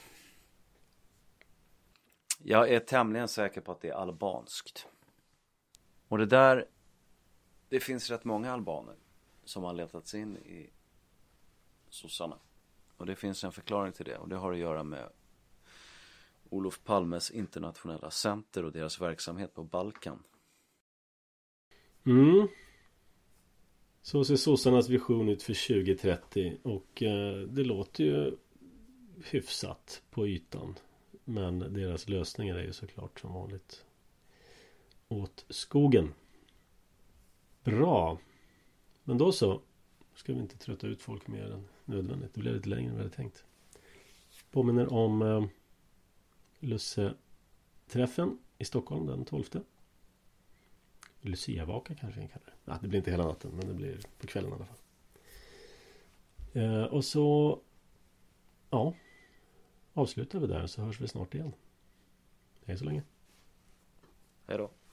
Jag är tämligen säker på att det är albanskt. Och det där, det finns rätt många albaner som har letat sig in i sossarna. Och det finns en förklaring till det. Och det har att göra med Olof Palmes internationella center och deras verksamhet på Balkan. Mm. Så ser sossarnas vision ut för tjugo trettio. Och eh, det låter ju hyfsat på ytan. Men deras lösningar är ju såklart som vanligt åt skogen. Bra. Men då så. Ska vi inte trötta ut folk mer än nödvändigt. Det blir lite längre än vi hade tänkt. Påminner om eh, Lusse-träffen i Stockholm den tolfte. Lucia-vaka kanske vi kallar det. Ja, det blir inte hela natten, men det blir på kvällen i alla fall. Eh, och så ja, avslutar vi där så hörs vi snart igen. Hej så länge. Hej då.